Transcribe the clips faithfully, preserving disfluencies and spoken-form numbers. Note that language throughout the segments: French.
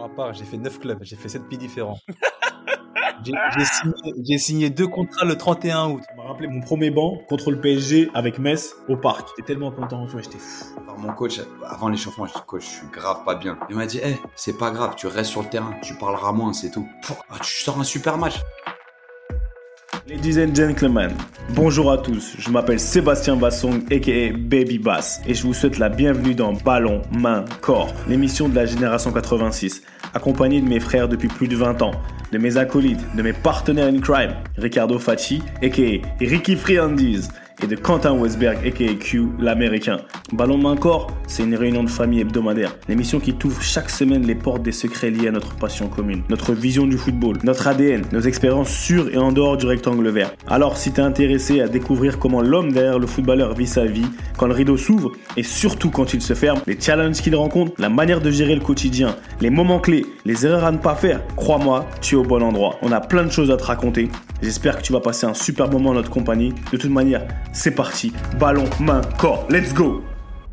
Moi, à part, j'ai fait neuf clubs, j'ai fait sept pays différents. J'ai, j'ai, signé, j'ai signé deux contrats le trente et un août. Ça m'a rappelé mon premier banc contre le P S G avec Metz au parc. J'étais tellement content, tu vois, j'étais fou. Alors mon coach, avant l'échauffement, je dis coach, je suis grave pas bien. Il m'a dit, hey, c'est pas grave, tu restes sur le terrain, tu parleras moins, c'est tout. Ah, tu sors un super match. Ladies and gentlemen, bonjour à tous, je m'appelle Sébastien Bassong aka Baby Bass et je vous souhaite la bienvenue dans Ballon, Main, Corps, l'émission de la génération quatre-vingt-six, accompagné de mes frères depuis plus de vingt ans, de mes acolytes, de mes partenaires in crime, Ricardo Facci aka Ricky Friandise et de Quentin Westberg aka Q, l'américain. Ballon, Main, Corps, c'est une réunion de famille hebdomadaire, l'émission qui t'ouvre chaque semaine les portes des secrets liés à notre passion commune, notre vision du football, notre A D N, nos expériences sur et en dehors du rectangle vert. Alors si t'es intéressé à découvrir comment l'homme derrière le footballeur vit sa vie, quand le rideau s'ouvre et surtout quand il se ferme, les challenges qu'il rencontre, la manière de gérer le quotidien, les moments clés, les erreurs à ne pas faire, crois-moi, tu es au bon endroit. On a plein de choses à te raconter. J'espère que tu vas passer un super moment en notre compagnie. De toute manière, c'est parti. Ballon, main, corps. Let's go!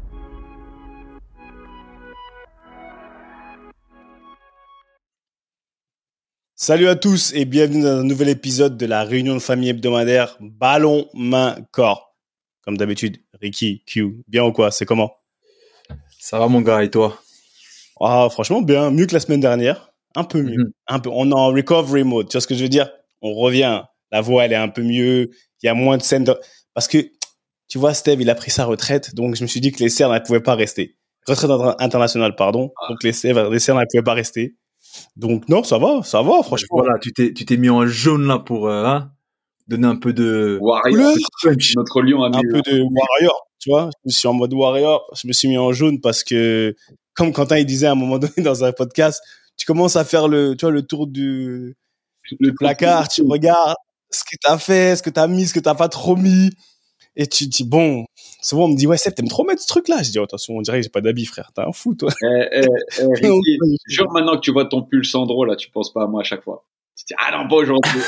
Salut à tous et bienvenue dans un nouvel épisode de la réunion de famille hebdomadaire Ballon, main, corps. Comme d'habitude, Ricky, Q, bien ou quoi? C'est comment? Ça va mon gars, et toi? Ah, franchement, bien. Mieux que la semaine dernière. Un peu mieux. Mm-hmm. Un peu. On est en recovery mode. Tu vois ce que je veux dire? On revient. La voix, elle est un peu mieux. Il y a moins de scènes. De... Parce que, tu vois, Steve, il a pris sa retraite. Donc, je me suis dit que les cernes, elles ne pouvaient pas rester. Retraite internationale, pardon. Ah. Donc, les cernes, les cernes, elles ne pouvaient pas rester. Donc, non, ça va. Ça va, franchement. Voilà, tu t'es, tu t'es mis en jaune, là, pour euh, hein, donner un peu de... Warrior. Notre lion a mis... Un peu de warrior, tu vois. Je me suis en mode warrior. Je me suis mis en jaune parce que, comme Quentin, il disait à un moment donné dans un podcast, tu commences à faire le, tu vois, le tour du, le placard, tu regardes ce que t'as fait, ce que t'as mis, ce que t'as pas trop mis. Et tu dis, bon, souvent on me dit, ouais, Seb, t'aimes trop mettre ce truc-là. Je dis, oh, attention, on dirait que j'ai pas d'habits, frère. T'es un fou, toi. Eh, eh, eh, Ricky, je jure maintenant que tu vois ton pull Sandro, là, tu penses pas à moi à chaque fois. Tu dis, ah non, pas aujourd'hui.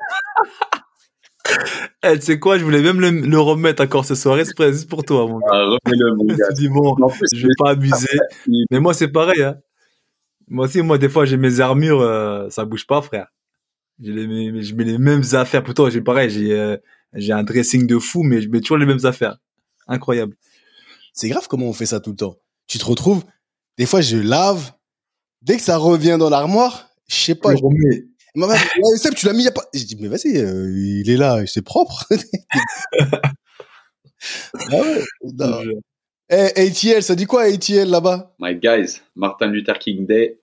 Eh, tu sais quoi, je voulais même le, le remettre encore ce soir, exprès, juste pour toi, mon gars. Ah, remets-le, mon gars. Je me suis dit, bon, plus, je vais pas abuser. Mais moi, c'est pareil, hein. Moi aussi, moi, des fois, j'ai mes armures, euh, ça bouge pas, frère. J'ai les, je mets les mêmes affaires. Pourtant, j'ai pareil, j'ai, euh, j'ai un dressing de fou, mais je mets toujours les mêmes affaires. Incroyable. C'est grave comment on fait ça tout le temps. Tu te retrouves, des fois, je lave. Dès que ça revient dans l'armoire, je sais pas. Je remets. Maman, Seb, tu l'as mis il y a pas. Je dis, mais vas-y, euh, il est là, c'est propre. Ah ouais. Non. Hey, A T L, ça dit quoi A T L là-bas? My guys, Martin Luther King Day.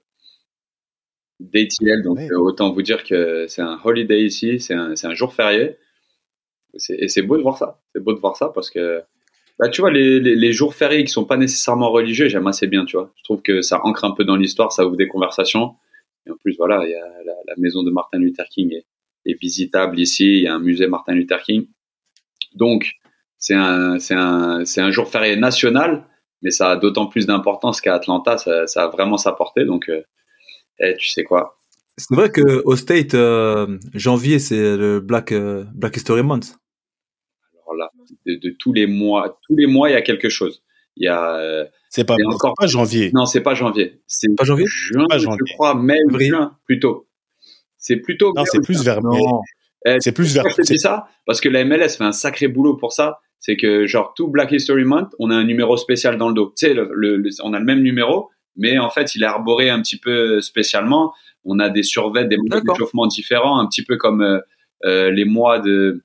D T L, donc ouais. euh, autant vous dire que c'est un holiday ici, c'est un, c'est un jour férié. C'est, et c'est beau de voir ça. C'est beau de voir ça parce que, bah, tu vois, les, les, les jours fériés qui sont pas nécessairement religieux, j'aime assez bien, tu vois. Je trouve que ça ancre un peu dans l'histoire, ça ouvre des conversations. Et en plus, voilà, il y a la, la maison de Martin Luther King est, est visitable ici. Il y a un musée Martin Luther King. Donc, c'est un, c'est un, c'est un jour férié national, mais ça a d'autant plus d'importance qu'à Atlanta, ça, ça a vraiment sa portée. Donc, euh, eh, tu sais quoi? C'est vrai que au State, euh, janvier, c'est le Black euh, Black History Month. Alors là, de, de tous les mois, tous les mois, il y a quelque chose. Il y a. Euh, c'est pas, encore pas janvier. Non, c'est pas janvier. C'est pas janvier. Juin, pas janvier. Je crois, mai ou juin plutôt. C'est plutôt. Non, c'est plus vers mai. Eh, c'est plus vers. Je te dis ça parce que la M L S fait un sacré boulot pour ça. C'est que genre tout Black History Month, on a un numéro spécial dans le dos. Tu sais, le, le, le, on a le même numéro. Mais en fait, il est arboré un petit peu spécialement. On a des survêtements, des modes d'échauffement différents, un petit peu comme euh, euh, les mois de,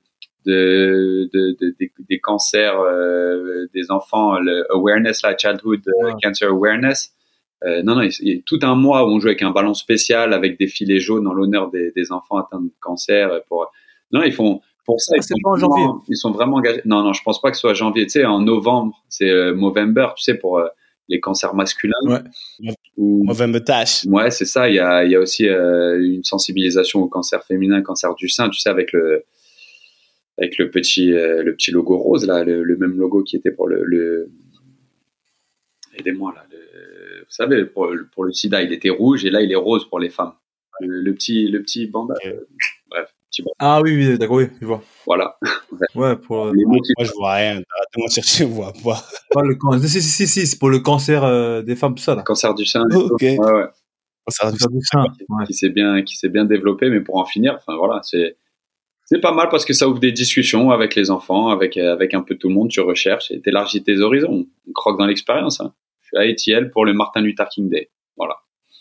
de, de, de, de des cancers euh, des enfants, le awareness, la childhood ouais. cancer awareness. Euh, non, non, il, il y a tout un mois où on joue avec un ballon spécial, avec des filets jaunes en l'honneur des, des enfants atteints de cancer. Pour non, ils font pour ça. Ah, ils, c'est sont pas en vraiment, janvier. Ils sont vraiment engagés. Non, non, je pense pas que ce soit janvier. Tu sais, en novembre, c'est euh, Movember. Tu sais, pour euh, les cancers masculins. Ouais. Ou Movember Tash. Ouais, c'est ça. Il y a, il y a aussi euh, une sensibilisation au cancer féminin, cancer du sein. Tu sais, avec le, avec le petit, euh, le petit logo rose là, le, le même logo qui était pour le, le... aidez-moi là. Le... Vous savez, pour, pour le SIDA, il était rouge et là, il est rose pour les femmes. Le, le petit, le petit bandage. Okay. Euh, bref. Petit bandage. Ah oui, oui, d'accord, oui, je vois. Voilà. Ouais, pour. Les mots qui... Moi, je vois rien. Arrête de mentir, je vois pas. Pas le cancer. Si, si, si, si, c'est pour le cancer euh, des femmes, tout ça là. Le cancer du sein. Oh, ok. Ouais, ouais. Ça, ça, ça, ouais. qui s'est bien, qui s'est bien développé, mais pour en finir, enfin voilà, c'est, c'est pas mal parce que ça ouvre des discussions avec les enfants, avec, avec un peu tout le monde, tu recherches et t'élargis tes horizons. On croque dans l'expérience, hein. Je suis à A T L pour le Martin Luther King Day. Voilà.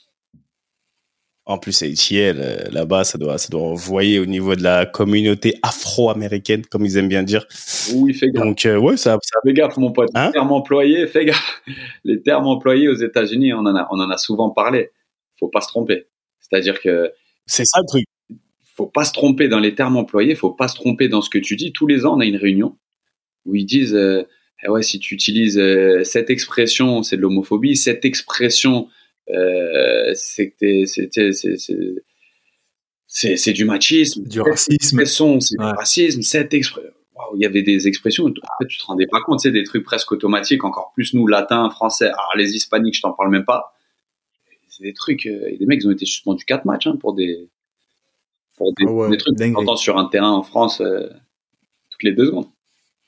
En plus, A T L, là-bas, ça doit, ça doit envoyer au niveau de la communauté afro-américaine, comme ils aiment bien dire. Oui, fais gaffe. Donc, euh, ouais, ça, ça. Fais gaffe, mon pote. Hein? Les termes employés, fais gaffe. Les termes employés aux États-Unis, on en a, on en a souvent parlé. Faut pas se tromper. C'est-à-dire que. C'est ça le truc. Faut pas se tromper dans les termes employés. Faut pas se tromper dans ce que tu dis. Tous les ans, on a une réunion où ils disent, euh, eh ouais, si tu utilises euh, cette expression, c'est de l'homophobie. Cette expression. Euh, c'est que t'es, c'est, c'est, c'est, c'est, c'est, c'est du machisme, du racisme, c'est ouais. du racisme. Cette expression, wow, il y avait des expressions. En fait, tu te rendais pas compte, c'est des trucs presque automatiques. Encore plus nous, latins, français. Alors les hispaniques, je t'en parle même pas. C'est des trucs. Euh, des mecs, ils ont été suspendus quatre matchs hein, pour des, pour des, oh ouais, des trucs qu'on entend sur un terrain en France euh, toutes les deux secondes.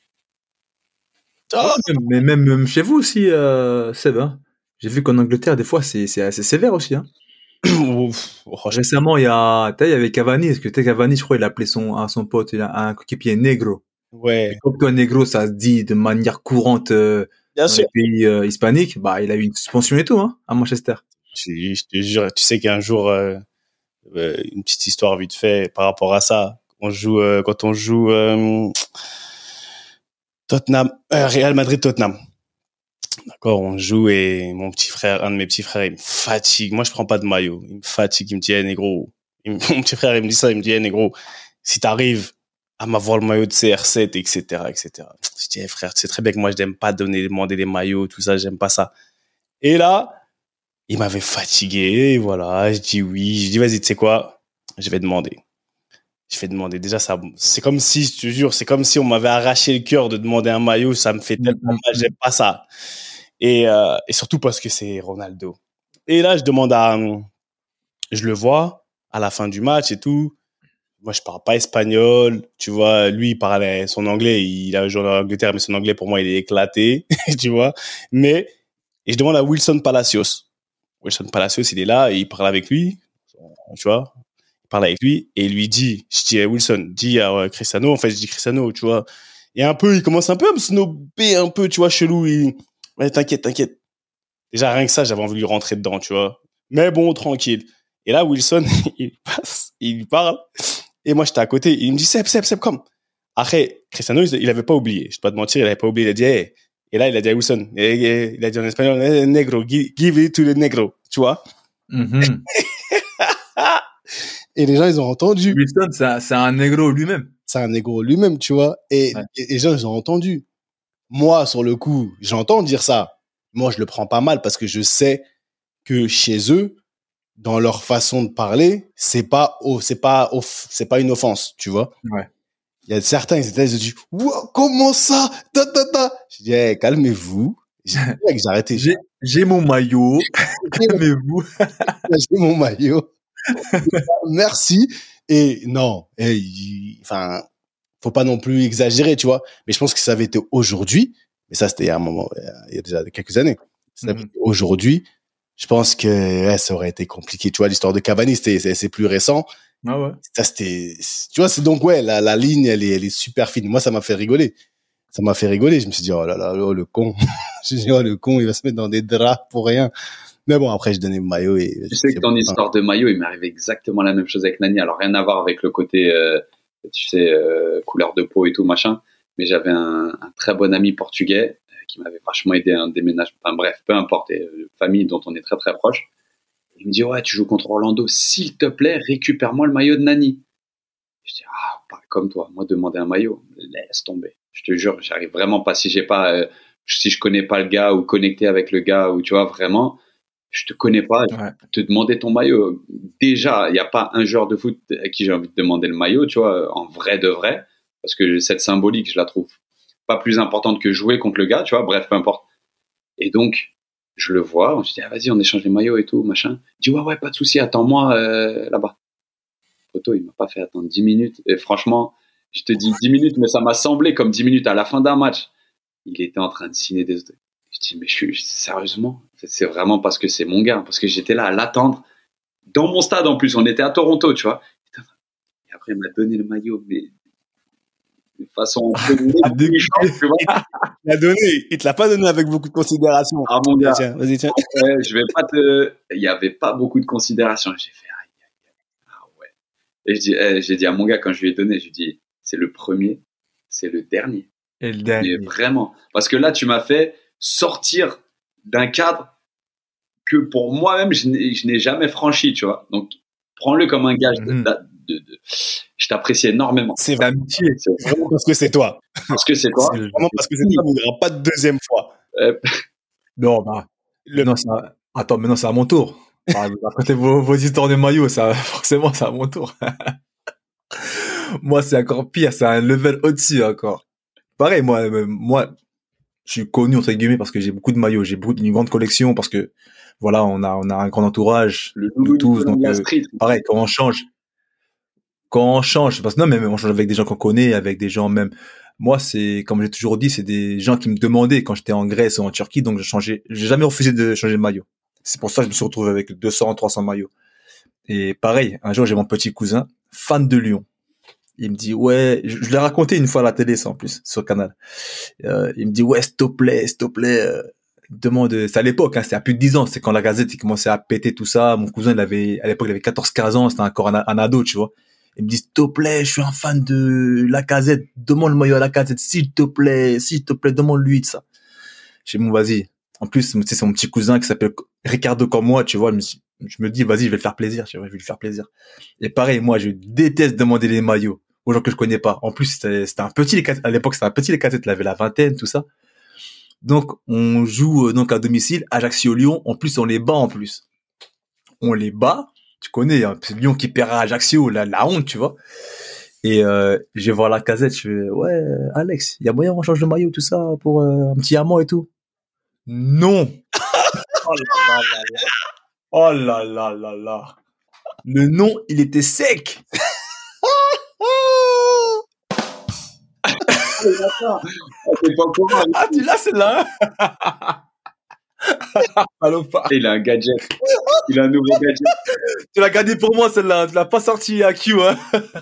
Oh, mais même, même chez vous aussi, euh, Seb. Hein. J'ai vu qu'en Angleterre, des fois, c'est, c'est assez sévère aussi. Hein. Récemment, il y a, il y avait Cavani. Est-ce que tu sais, Cavani, je crois, il a appelé son, à son pote, il a un coéquipier negro. Ouais. Et comme toi, negro, ça se dit de manière courante euh, Bien dans sûr. les pays euh, hispaniques. Bah, il a eu une suspension et tout, hein, à Manchester. Je, je te jure, tu sais qu'un jour, euh, euh, une petite histoire vite fait par rapport à ça. On joue, euh, quand on joue euh, Tottenham, euh, Real Madrid-Tottenham. D'accord, on joue et mon petit frère, un de mes petits frères, il me fatigue. Moi, je prends pas de maillot. Il me fatigue, il me dit, hey, négro. Il me, mon petit frère, il me dit ça, il me dit, hey, négro, si t'arrives à m'avoir le maillot de C R sept, et cetera, et cetera. Je dis, hey, frère, tu sais très bien que moi, je n'aime pas donner, demander des maillots, tout ça, j'aime pas ça. Et là, il m'avait fatigué, et voilà, je dis oui. Je dis, vas-y, tu sais quoi? Je vais demander. Je vais demander. Déjà, ça, c'est comme si, je te jure, c'est comme si on m'avait arraché le cœur de demander un maillot. Ça me fait tellement mal, j'aime pas ça. Et, euh, et surtout parce que c'est Ronaldo. Et là, je demande à, je le vois à la fin du match et tout. Moi, je parle pas espagnol. Tu vois, lui, il parlait son anglais. Il a joué en Angleterre, mais son anglais, pour moi, il est éclaté. Tu vois. Mais, et je demande à Wilson Palacios. Wilson Palacios, il est là et il parle avec lui. Tu vois. Il parle avec lui et il lui dit, je dis à Wilson, dis à Cristiano. En fait, je dis Cristiano, tu vois. Et un peu, il commence un peu à me snobber un peu, tu vois, chelou. Il, ouais, t'inquiète, t'inquiète. Déjà, rien que ça, j'avais envie de lui rentrer dedans, tu vois. Mais bon, tranquille. Et là, Wilson, il passe, il parle. Et moi, j'étais à côté. Il me dit, Seb, Seb, Seb, comme. Après, Cristiano, il avait pas oublié. Je vais pas te mentir, il avait pas oublié. Il a dit, hey. Et là, il a dit à Wilson, il a dit en espagnol, hey, negro, give, give it to the negro, tu vois. Mm-hmm. Et les gens, ils ont entendu. Wilson, c'est un, c'est un negro lui-même. C'est un negro lui-même, tu vois. Et, ouais. et les gens, ils ont entendu. Moi, sur le coup, j'entends dire ça. Moi, je le prends pas mal parce que je sais que chez eux, dans leur façon de parler, c'est pas, oh, c'est pas, oh, c'est pas une offense, tu vois. Ouais. Il y a certains, ils étaient, ils ont dit, wow, comment ça? Ta, ta, ta. Je dis, hey, calmez-vous. J'ai, j'ai arrêté. J'ai, j'ai mon maillot. Calmez-vous. J'ai mon maillot. Merci. Et non, et, enfin, faut pas non plus exagérer, tu vois. Mais je pense que ça avait été aujourd'hui, mais ça, c'était il y a un moment, il y a déjà quelques années. Ça avait été aujourd'hui. Je pense que ouais, ça aurait été compliqué. Tu vois, l'histoire de Cavani, c'était, c'est, c'est plus récent. Ah ouais. Ça, c'était, tu vois, c'est donc, ouais, la, la ligne, elle est, elle est super fine. Moi, ça m'a fait rigoler. Ça m'a fait rigoler. Je me suis dit, oh là là, oh, le con. Je me suis dit, oh, le con, il va se mettre dans des draps pour rien. Mais bon, après, je donnais le maillot et. Tu sais que ton histoire de maillot, il m'est arrivé exactement la même chose avec Nani. Alors, rien à voir avec le côté, euh, tu sais, euh, couleur de peau et tout, machin. Mais j'avais un, un très bon ami portugais euh, qui m'avait vachement aidé à un déménagement. Enfin, bref, peu importe. Et, euh, famille dont on est très, très proche. Il me dit, ouais, tu joues contre Orlando. S'il te plaît, récupère-moi le maillot de Nani. Je dis, ah, pas comme toi. Moi, demander un maillot, laisse tomber. Je te jure, j'arrive vraiment pas. Si j'ai pas, euh, si je connais pas le gars ou connecté avec le gars ou tu vois, vraiment. Je te connais pas, je ouais. te demander ton maillot. Déjà, il n'y a pas un joueur de foot à qui j'ai envie de demander le maillot, tu vois, en vrai de vrai, parce que cette symbolique, je la trouve pas plus importante que jouer contre le gars, tu vois, bref, peu importe. Et donc, je le vois, on se dit, ah, vas-y, on échange les maillots et tout, machin. Il dit, ouais, ouais, pas de souci, attends-moi euh, là-bas. Photo, il m'a pas fait attendre dix minutes. Et franchement, je te dis dix minutes, mais ça m'a semblé comme dix minutes à la fin d'un match. Il était en train de signer des... Je dis, mais je suis, sérieusement, c'est vraiment parce que c'est mon gars, parce que j'étais là à l'attendre. dans mon stade en plus, on était à Toronto, tu vois. Et après, il m'a donné le maillot, mais de façon un peu négligeante, tu vois. Il l'a donné, il te l'a pas donné avec beaucoup de considération. Ah mon gars, tiens, vas-y, tiens. Ouais, je vais pas te. Il y avait pas beaucoup de considération. J'ai fait aïe, aïe, aïe. Ah ouais. Et je dis, eh, j'ai dit à mon gars quand je lui ai donné, je lui ai dit, c'est le premier, c'est le dernier. Et le dernier. Mais vraiment, parce que là, tu m'as fait sortir d'un cadre que pour moi-même, je n'ai, je n'ai jamais franchi, tu vois. Donc, prends-le comme un gage de, Mhm. de, de, de- je t'apprécie énormément. C'est C'est amitié. C'est vraiment parce que c'est toi. parce que c'est toi. C'est- Vraiment parce que c'est toi, mais il n'y aura pas de deuxième fois. Euh, Non, bah, Le- non, ça... Attends, maintenant c'est à mon tour. Ah, Racontez vos, vos histoires de maillot, ça, forcément, c'est à mon tour. Moi, c'est encore pire, c'est un level au-dessus encore. Pareil, moi, euh, moi, je suis connu entre guillemets parce que j'ai beaucoup de maillots, j'ai beaucoup une grande collection parce que voilà, on a on a un grand entourage le de nouveau tous, Nicolas donc de la euh, street. pareil, quand on change, quand on change, parce que non, mais on change avec des gens qu'on connaît, avec des gens même. Moi, c'est comme j'ai toujours dit, c'est des gens qui me demandaient quand j'étais en Grèce ou en Turquie, donc je changeais, j'ai jamais refusé de changer de maillot. C'est pour ça que je me suis retrouvé avec deux cents, trois cents maillots. Et pareil, un jour, j'ai mon petit cousin, fan de Lyon. Il me dit, ouais, je, je l'ai raconté une fois à la télé, ça, en plus, sur Canal. Euh, il me dit, ouais, s'il te plaît, s'il te plaît, euh, demande, c'est à l'époque, hein, c'est à plus de dix ans, c'est quand la Gazette, il commençait à péter tout ça. Mon cousin, il avait, à l'époque, il avait quatorze, quinze ans, c'était encore un, un ado, tu vois. Il me dit, s'il te plaît, je suis un fan de la Gazette, demande le maillot à la Gazette, s'il te plaît, s'il te plaît, demande-lui de ça. J'ai dit, bon, vas-y. En plus, tu sais, c'est mon petit cousin qui s'appelle Ricardo comme moi, tu vois. Je me, suis- je me dis, vas-y, je vais le faire plaisir, tu vois, je vais lui faire plaisir. Et pareil, moi, je déteste demander les maillots aux gens que je connais pas. En plus, c'était, c'était un petit, les Cas- à l'époque, c'était un petit les Cazettes, il avait la vingtaine, tout ça. Donc, on joue, euh, donc, à domicile, Ajaccio-Lyon. En plus, on les bat, en plus. On les bat. Tu connais, hein, c'est Lyon qui perd à Ajaccio, la, la honte, tu vois. Et, euh, je vais voir la Casette, je fais, ouais, euh, Alex, il y a moyen, on change de maillot, tout ça, pour euh, un petit amant et tout. Non! Oh là là là là. Oh là là là là. Le nom, il était sec. C'est pas pour moi. Ah, tu l'as celle-là, hein? Salopard. Il a un gadget. Il a un nouveau gadget. Tu l'as gardé pour moi celle-là. Tu l'as pas sorti à Q, hein?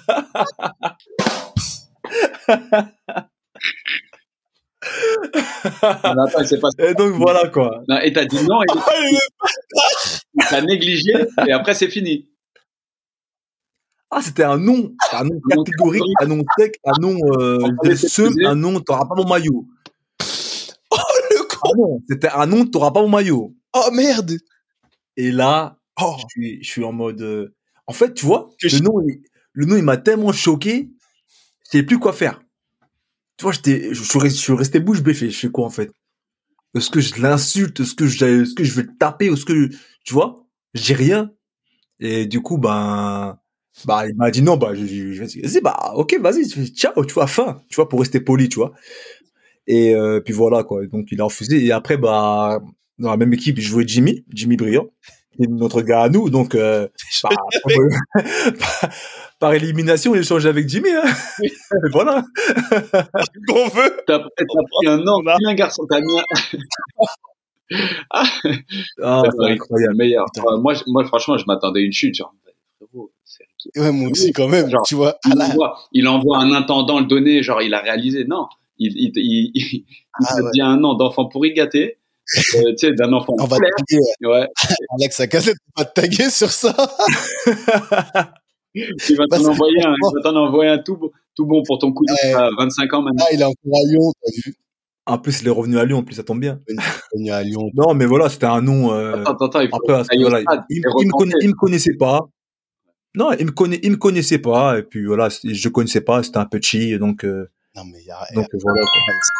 Non, attends, il s'est pas. Et donc voilà quoi. Non, et t'as dit non, et t'as négligé, et après c'est fini. Ah, c'était un nom. Un nom catégorique, un nom sec, un nom euh, de seum, un nom, t'auras pas mon maillot. Oh, le con. Ah non, c'était un nom, t'auras pas mon maillot. Oh, merde. Et là, Oh. je suis, je suis en mode. euh, En fait, tu vois, Que le je- nom, il, le nom, il m'a tellement choqué, je savais plus quoi faire. Tu vois, j'étais, je suis resté, je suis resté bouche bée. Je fais quoi en fait? Est-ce que je l'insulte? Est-ce que je, est-ce que je vais le taper? Est-ce que, tu vois, j'ai rien. Et du coup, ben, bah, il m'a dit non, bah, je, je, je vas-y, bah, ok, vas-y, tu fais, ciao, tu vois, fin, tu vois, pour rester poli, tu vois. Et euh, puis voilà quoi. Donc il a refusé. Et après, bah, dans la même équipe, je jouais Jimmy, Jimmy Briand, qui est notre gars à nous. Donc, euh, bah, par, par élimination, il échange avec Jimmy. Hein. Et voilà. Qu'on veut. T'as t'as pris un an, bien garçon, t'as mis un. Ah, C'est c'est incroyable. le meilleur. Putain. Euh, moi, je- moi, franchement, je m'attendais à une chute. Genre, frérot, c'est qui- Ouais, moi aussi, quand même. Genre, Tu vois. il, Ah, là. envoie, il envoie un intendant le donner, genre il a réalisé. Non, il, il, il, il, il Ah, te ouais. dit un an d'enfant pourri gâté, euh, tu sais, d'un enfant On va clair. te taguer, ouais. Ouais, Alex, à Casette, on va te taguer sur ça. il va Bah, t'en c'est envoyer un, franchement- il va t'en envoyer un tout, bon- tout bon pour ton coup de Ouais. à vingt-cinq ans maintenant. Ah, il est encore à Lyon, t'as vu. En plus, il est revenu à Lyon. En plus, ça tombe bien. Il est venu à Lyon. Non, mais voilà, c'était un nom. Euh, Attends, attends, attends, il faut après, à ce aller au moment-là, stade il, et il, me retenter. connaît, il me connaissait pas. Non, il me connaît, il me connaissait pas. Et puis voilà, c'est- je connaissais pas. C'était un petit, donc, euh, Non, mais il y a. donc voilà. Quoi.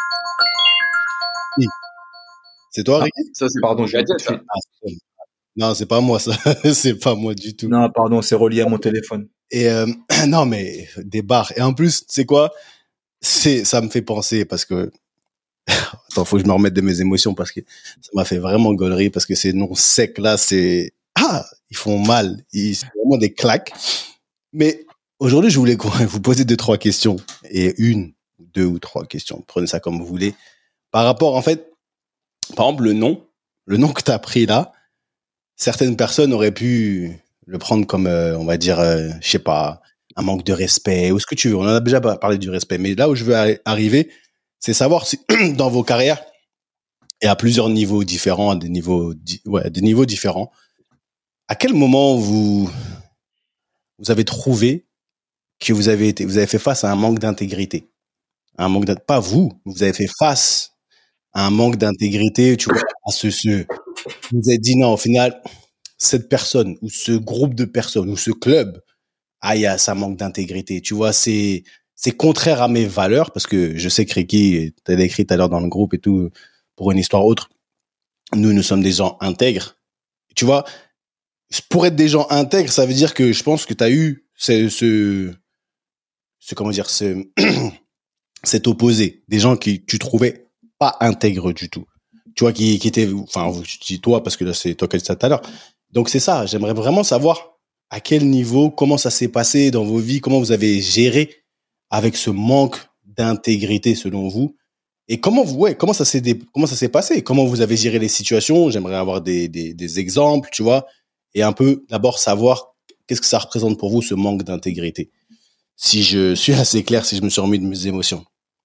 C'est toi, Ah, Ricky? Ça, c'est Pardon, mon j'ai un coup gadget, de ça. fil. Ah, c'est toi. Non, c'est pas moi, ça. C'est pas moi du tout. Non, pardon, c'est relié à mon téléphone. Et euh, non, mais des bars. Et en plus, tu sais quoi? C'est, ça me fait penser parce que attends, faut que je me remette de mes émotions parce que ça m'a fait vraiment gaulerie parce que ces noms secs là, c'est ah, ils font mal. Ils c'est vraiment des claques. Mais aujourd'hui, je voulais vous poser deux trois questions et une, deux ou trois questions. Prenez ça comme vous voulez. Par rapport, en fait, par exemple, le nom, le nom que t'as pris là, certaines personnes auraient pu le prendre comme, euh, on va dire, euh, je sais pas, un manque de respect ou ce que tu veux. On en a déjà parlé du respect, mais là où je veux arri- arriver, c'est savoir si dans vos carrières et à plusieurs niveaux différents, à des niveaux, di- ouais, des niveaux différents, à quel moment vous vous avez trouvé que vous avez été, vous avez fait face à un manque d'intégrité, un manque d'in- pas vous, vous avez fait face à un manque d'intégrité, tu vois, à ce, ce, vous avez dit non, au final, cette personne ou ce groupe de personnes ou ce club, ah, il y a, ça manque d'intégrité. Tu vois, c'est, c'est contraire à mes valeurs parce que je sais que Ricky, t'as écrit tout à l'heure dans le groupe et tout, pour une histoire autre. Nous, nous sommes des gens intègres. Tu vois, pour être des gens intègres, ça veut dire que je pense que t'as eu ce, ce, ce comment dire, ce, cet opposé. Des gens qui, tu trouvais pas intègres du tout. Tu vois, qui, qui étaient, enfin, je dis toi parce que là, c'est toi qui as dit ça tout à l'heure. Donc, c'est ça. J'aimerais vraiment savoir à quel niveau, comment ça s'est passé dans vos vies, comment vous avez géré avec ce manque d'intégrité selon vous, et comment vous, ouais, comment ça s'est, dé- comment ça s'est passé, comment vous avez géré les situations. J'aimerais avoir des, des, des exemples, tu vois, et un peu d'abord savoir qu'est-ce que ça représente pour vous ce manque d'intégrité. Si je suis assez clair, si je me suis remis de mes émotions.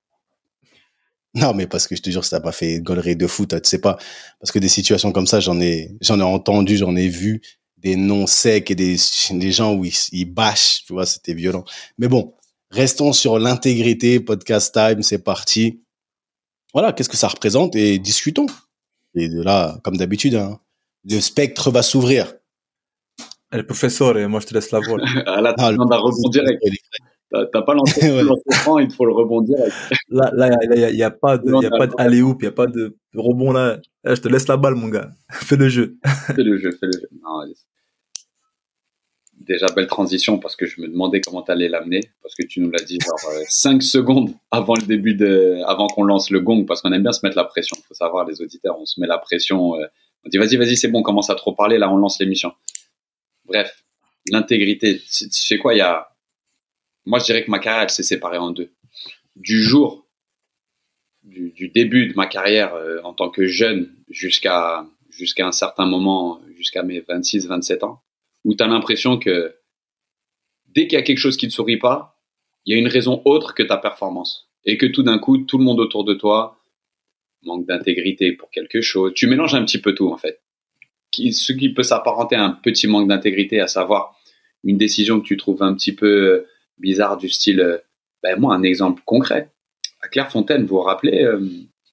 Non, mais parce que je te jure, ça m'a fait gaulerie de fou, tu sais pas. Parce que des situations comme ça, j'en ai, j'en ai entendu, j'en ai vu des noms secs et des, des gens où ils, ils bâchent, tu vois, c'était violent. Mais bon, restons sur l'intégrité, podcast time, c'est parti. Voilà, qu'est-ce que ça représente et discutons. Et de là, comme d'habitude, hein, le spectre va s'ouvrir. Le professeur, et moi je te laisse la voile. Ah, là, tu Ah, le demandes à rebondir. Avec... T'as, t'as pas lancé ouais. le franc, il te faut le rebondir. Avec... Là, là, il y a, y a pas de, Non, y a t'as pas le d'alley-oop, il y a pas de rebond là. Là, je te laisse la balle, mon gars. Fais le jeu. Fais le jeu, fais le jeu. Non, allez. Déjà, belle transition parce que je me demandais comment t'allais l'amener. Parce que tu nous l'as dit genre euh, cinq secondes avant le début de, avant qu'on lance le gong. Parce qu'on aime bien se mettre la pression. Faut savoir, les auditeurs, on se met la pression. Euh, on dit vas-y, vas-y, c'est bon, on commence à trop parler. Là, on lance l'émission. Bref, l'intégrité. Tu sais quoi, il y a. Moi, je dirais que ma carrière, elle s'est séparée en deux. Du jour, du, du début de ma carrière euh, en tant que jeune jusqu'à, jusqu'à un certain moment, jusqu'à mes vingt-six, vingt-sept ans, où tu as l'impression que dès qu'il y a quelque chose qui ne te sourit pas, il y a une raison autre que ta performance. Et que tout d'un coup, tout le monde autour de toi manque d'intégrité pour quelque chose. Tu mélanges un petit peu tout, en fait. Qui, ce qui peut s'apparenter à un petit manque d'intégrité, à savoir une décision que tu trouves un petit peu bizarre du style, euh, ben moi, un exemple concret. À Clairefontaine, vous vous rappelez, euh,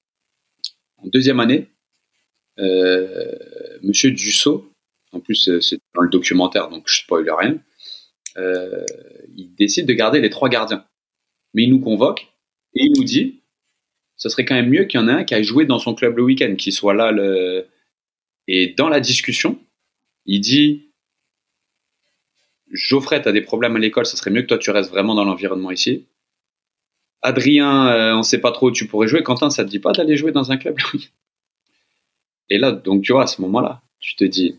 en deuxième année, euh, Monsieur Dussault, en plus c'est dans le documentaire, donc je spoil rien, euh, il décide de garder les trois gardiens. Mais il nous convoque et il nous dit, ce serait quand même mieux qu'il y en ait un qui aille jouer dans son club le week-end, qui soit là. Le... Et dans la discussion, il dit, Geoffrey, t'as des problèmes à l'école, ça serait mieux que toi tu restes vraiment dans l'environnement ici. Adrien, euh, on sait pas trop où tu pourrais jouer. Quentin, ça te dit pas d'aller jouer dans un club? Et là, donc tu vois, à ce moment-là, tu te dis,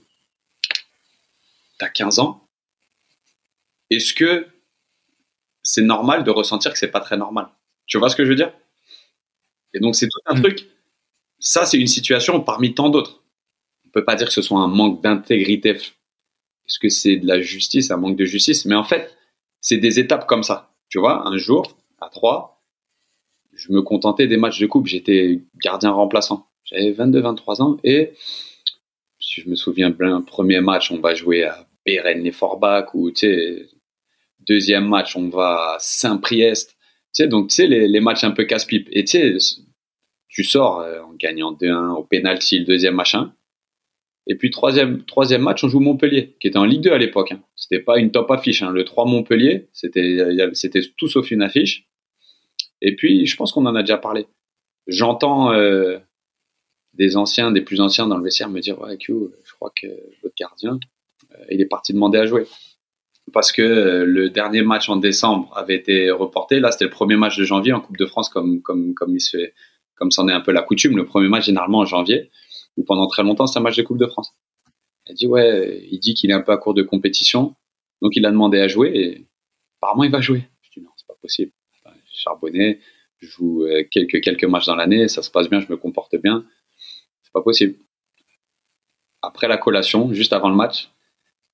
t'as quinze ans, est-ce que c'est normal de ressentir que c'est pas très normal? Tu vois ce que je veux dire? Et donc c'est tout un mmh. truc. Ça, c'est une situation parmi tant d'autres. On peut pas dire que ce soit un manque d'intégrité. Est-ce que c'est de la justice, un manque de justice? Mais en fait, c'est des étapes comme ça. Tu vois, un jour, à trois, je me contentais des matchs de coupe. J'étais gardien remplaçant. J'avais vingt-deux, vingt-trois ans et si je me souviens bien, premier match, on va jouer à Bérennes-les-Forbach ou, tu sais, deuxième match, on va à Saint-Priest. Tu sais, donc, tu sais, les, les matchs un peu casse-pipe. Et tu sais, tu sors euh, en gagnant deux un au pénalty, le deuxième machin. Et puis, troisième, troisième match, on joue Montpellier, qui était en Ligue deux à l'époque. Hein. C'était pas une top affiche. Hein. Le trois Montpellier, c'était, c'était tout sauf une affiche. Et puis, je pense qu'on en a déjà parlé. J'entends euh, des anciens, des plus anciens dans le vestiaire me dire « Ouais, Q, je crois que votre gardien, euh, il est parti demander à jouer. » Parce que euh, le dernier match en décembre avait été reporté. Là, c'était le premier match de janvier en Coupe de France, comme, comme, comme il se fait, comme c'en est un peu la coutume. Le premier match, généralement, en janvier, où pendant très longtemps, c'est un match de Coupe de France. Elle dit « Ouais, il dit qu'il est un peu à court de compétition. » Donc, il a demandé à jouer et apparemment, il va jouer. Je dis « Non, c'est pas possible. Enfin, j'ai charbonné. Je joue quelques, quelques matchs dans l'année. Ça se passe bien, je me comporte bien. C'est pas possible. » Après la collation, juste avant le match,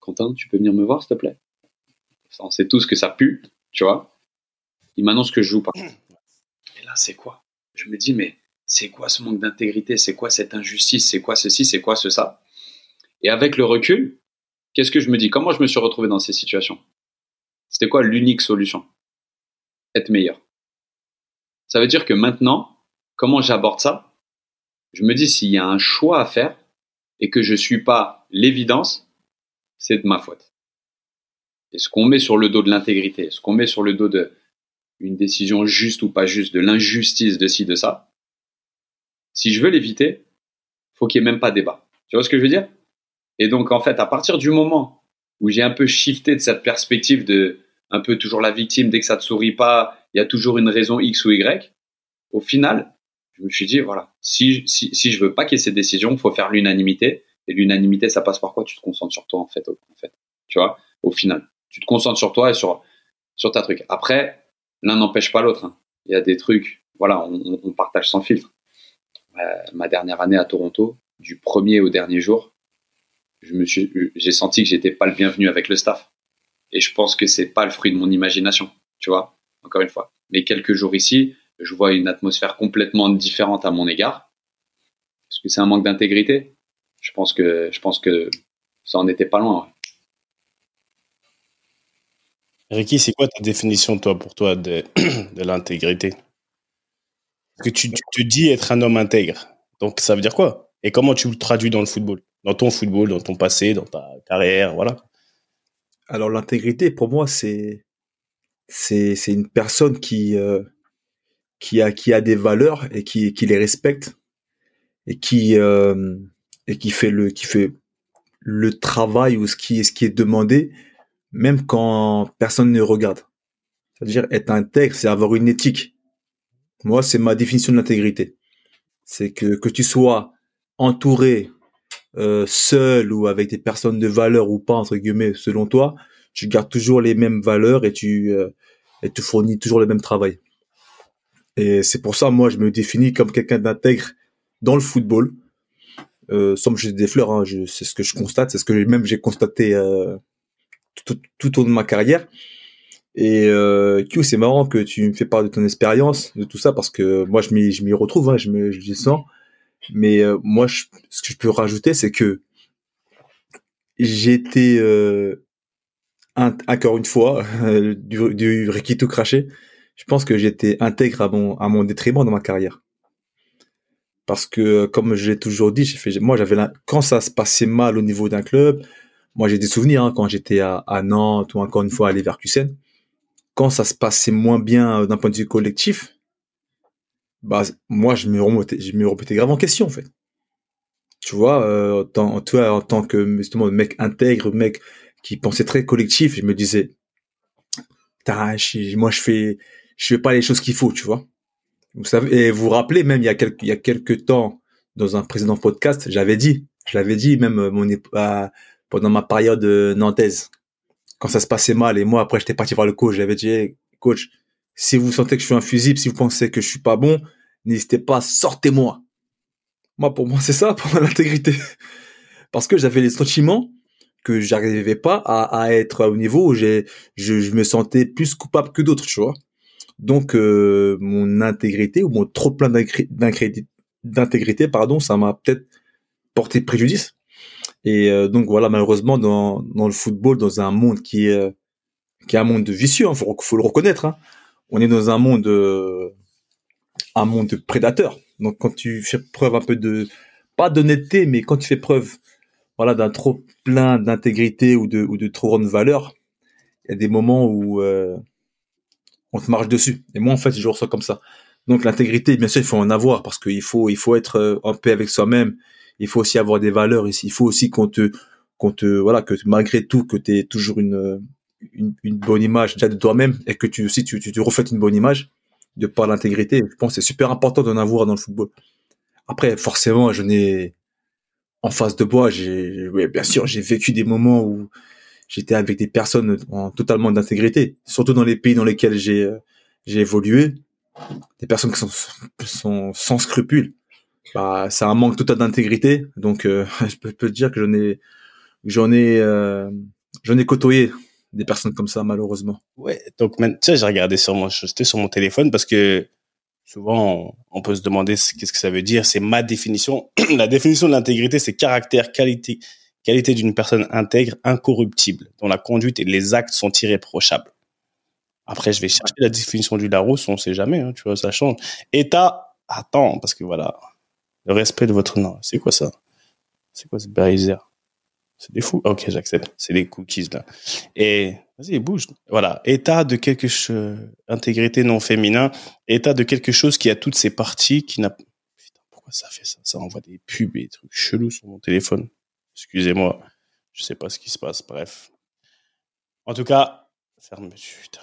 Quentin, tu peux venir me voir, s'il te plaît? On sait tous que ça pue, tu vois. Il m'annonce que je joue pas. Et là, c'est quoi? Je me dis, mais c'est quoi ce manque d'intégrité? C'est quoi cette injustice? C'est quoi ceci? C'est quoi ce ça? Et avec le recul, qu'est-ce que je me dis? Comment je me suis retrouvé dans ces situations? C'était quoi l'unique solution? Être meilleur. Ça veut dire que maintenant, comment j'aborde ça? Je me dis, s'il y a un choix à faire et que je ne suis pas l'évidence, c'est de ma faute. Et ce qu'on met sur le dos de l'intégrité, ce qu'on met sur le dos de une décision juste ou pas juste, de l'injustice de ci, de ça, si je veux l'éviter, faut qu'il n'y ait même pas débat. Tu vois ce que je veux dire? Et donc, en fait, à partir du moment où j'ai un peu shifté de cette perspective de un peu toujours la victime, dès que ça te sourit pas, il y a toujours une raison X ou Y, au final, je me suis dit, voilà, si, si, si je veux pas qu'il y ait ces décisions, il faut faire l'unanimité. Et l'unanimité, ça passe par quoi? Tu te concentres sur toi, en fait, en fait. Tu vois, au final. Tu te concentres sur toi et sur, sur ta truc. Après, l'un n'empêche pas l'autre. Hein. Il y a des trucs, voilà, on, on partage sans filtre. Euh, ma dernière année à Toronto, du premier au dernier jour, je me suis, j'ai senti que j'étais pas le bienvenu avec le staff. Et je pense que c'est pas le fruit de mon imagination, tu vois, encore une fois. Mais quelques jours ici, je vois une atmosphère complètement différente à mon égard. Est-ce que c'est un manque d'intégrité? Je pense que, je pense que ça en était pas loin. Ouais. Ricky, c'est quoi ta définition, toi, pour toi, de, de l'intégrité? Parce que tu, tu te dis être un homme intègre. Donc, ça veut dire quoi? Et comment tu le traduis dans le football? Dans ton football, dans ton passé, dans ta carrière, voilà. Alors, l'intégrité, pour moi, c'est, c'est, c'est une personne qui, euh, qui a, qui a des valeurs et qui, qui les respecte et qui, euh, et qui fait le, qui fait le travail ou ce qui est, ce qui est demandé, même quand personne ne regarde. C'est-à-dire, être intègre, c'est avoir une éthique. Moi, c'est ma définition de l'intégrité. C'est que, que tu sois entouré, euh, seul ou avec des personnes de valeur ou pas, entre guillemets, selon toi, tu gardes toujours les mêmes valeurs et tu, euh, et tu fournis toujours le même travail. Et c'est pour ça, moi, je me définis comme quelqu'un d'intègre dans le football. Euh, sans me jeter des fleurs, hein, je, c'est ce que je constate, c'est ce que même j'ai constaté euh, tout, tout au long de ma carrière. Et euh, Q, c'est marrant que tu me fais part de ton expérience, de tout ça, parce que moi, je m'y, je m'y retrouve, hein, je me, je le sens. Mais euh, moi, je, ce que je peux rajouter, c'est que j'ai été, euh, un, encore une fois, euh, du, du Ricky tout craché. Je pense que j'étais intègre à mon, à mon détriment dans ma carrière. Parce que, comme je l'ai toujours dit, j'ai fait, moi, j'avais, quand ça se passait mal au niveau d'un club, moi, j'ai des souvenirs, hein, quand j'étais à, à Nantes ou encore une fois à Leverkusen, quand ça se passait moins bien euh, d'un point de vue collectif, bah, moi, je me remettais, je me remettais grave en question, en fait. Tu vois, euh, en, toi, en tant que, justement, mec intègre, mec qui pensait très collectif, je me disais, moi, je fais, je fais pas les choses qu'il faut, tu vois. Vous savez, et vous vous rappelez, même il y a quelques, il y a quelques temps, dans un précédent podcast, j'avais dit, je l'avais dit, même euh, mon, euh, pendant ma période euh, nantaise, quand ça se passait mal, et moi, après, j'étais parti voir le coach, j'avais dit, hey, coach, si vous sentez que je suis un fusible, si vous pensez que je suis pas bon, n'hésitez pas, sortez-moi. Moi, pour moi, c'est ça, pour moi, l'intégrité. Parce que j'avais les sentiments que j'arrivais pas à, à être au niveau où j'ai, je, je me sentais plus coupable que d'autres, tu vois. Donc, euh, mon intégrité ou mon trop plein d'intégrité, pardon, ça m'a peut-être porté préjudice. Et euh, donc voilà, malheureusement, dans, dans le football, dans un monde qui est, euh, qui est un monde vicieux, hein, faut, faut le reconnaître. Hein. On est dans un monde, euh, un monde de prédateurs. Donc, quand tu fais preuve un peu de, pas d'honnêteté, mais quand tu fais preuve, voilà, d'un trop plein d'intégrité ou de, ou de trop grande valeur, il y a des moments où euh, on te marche dessus. Et moi, en fait, je le ressens comme ça. Donc, l'intégrité, bien sûr, il faut en avoir parce qu'il faut, il faut être en paix avec soi-même. Il faut aussi avoir des valeurs. Il faut aussi qu'on te, qu'on te, voilà, que malgré tout, que tu aies toujours une, une, une bonne image déjà de toi-même et que tu aussi, tu, tu, tu reflètes une bonne image de par l'intégrité. Je pense que c'est super important d'en avoir dans le football. Après, forcément, je n'ai, en face de moi, j'ai, ouais, bien sûr, j'ai vécu des moments où j'étais avec des personnes en totalement d'intégrité, surtout dans les pays dans lesquels j'ai, j'ai évolué. Des personnes qui sont, sont sans scrupules. Bah, c'est un manque total d'intégrité. Donc, euh, je peux, peux te dire que j'en ai, j'en ai, euh, J'en ai côtoyé des personnes comme ça, malheureusement. Ouais, donc, tu sais, j'ai regardé sur mon, j'étais sur mon téléphone parce que souvent, on, on peut se demander qu'est-ce que ça veut dire. C'est ma définition. La définition de l'intégrité, c'est caractère, qualité, qualité d'une personne intègre, incorruptible, dont la conduite et les actes sont irréprochables. Après, je vais chercher la définition du Larousse, on sait jamais, hein, tu vois, ça change. État, attends, parce que voilà, le respect de votre nom. C'est quoi ça? C'est quoi ce Berizer? C'est des fous. Ok, j'accepte. C'est des cookies, là. Et, vas-y, bouge. Voilà. État de quelque chose, intégrité non féminin. État de quelque chose qui a toutes ses parties, qui n'a, putain, pourquoi ça fait ça? Ça envoie des pubs et des trucs chelous sur mon téléphone. Excusez-moi. Je sais pas ce qui se passe. Bref. En tout cas, ferme, putain.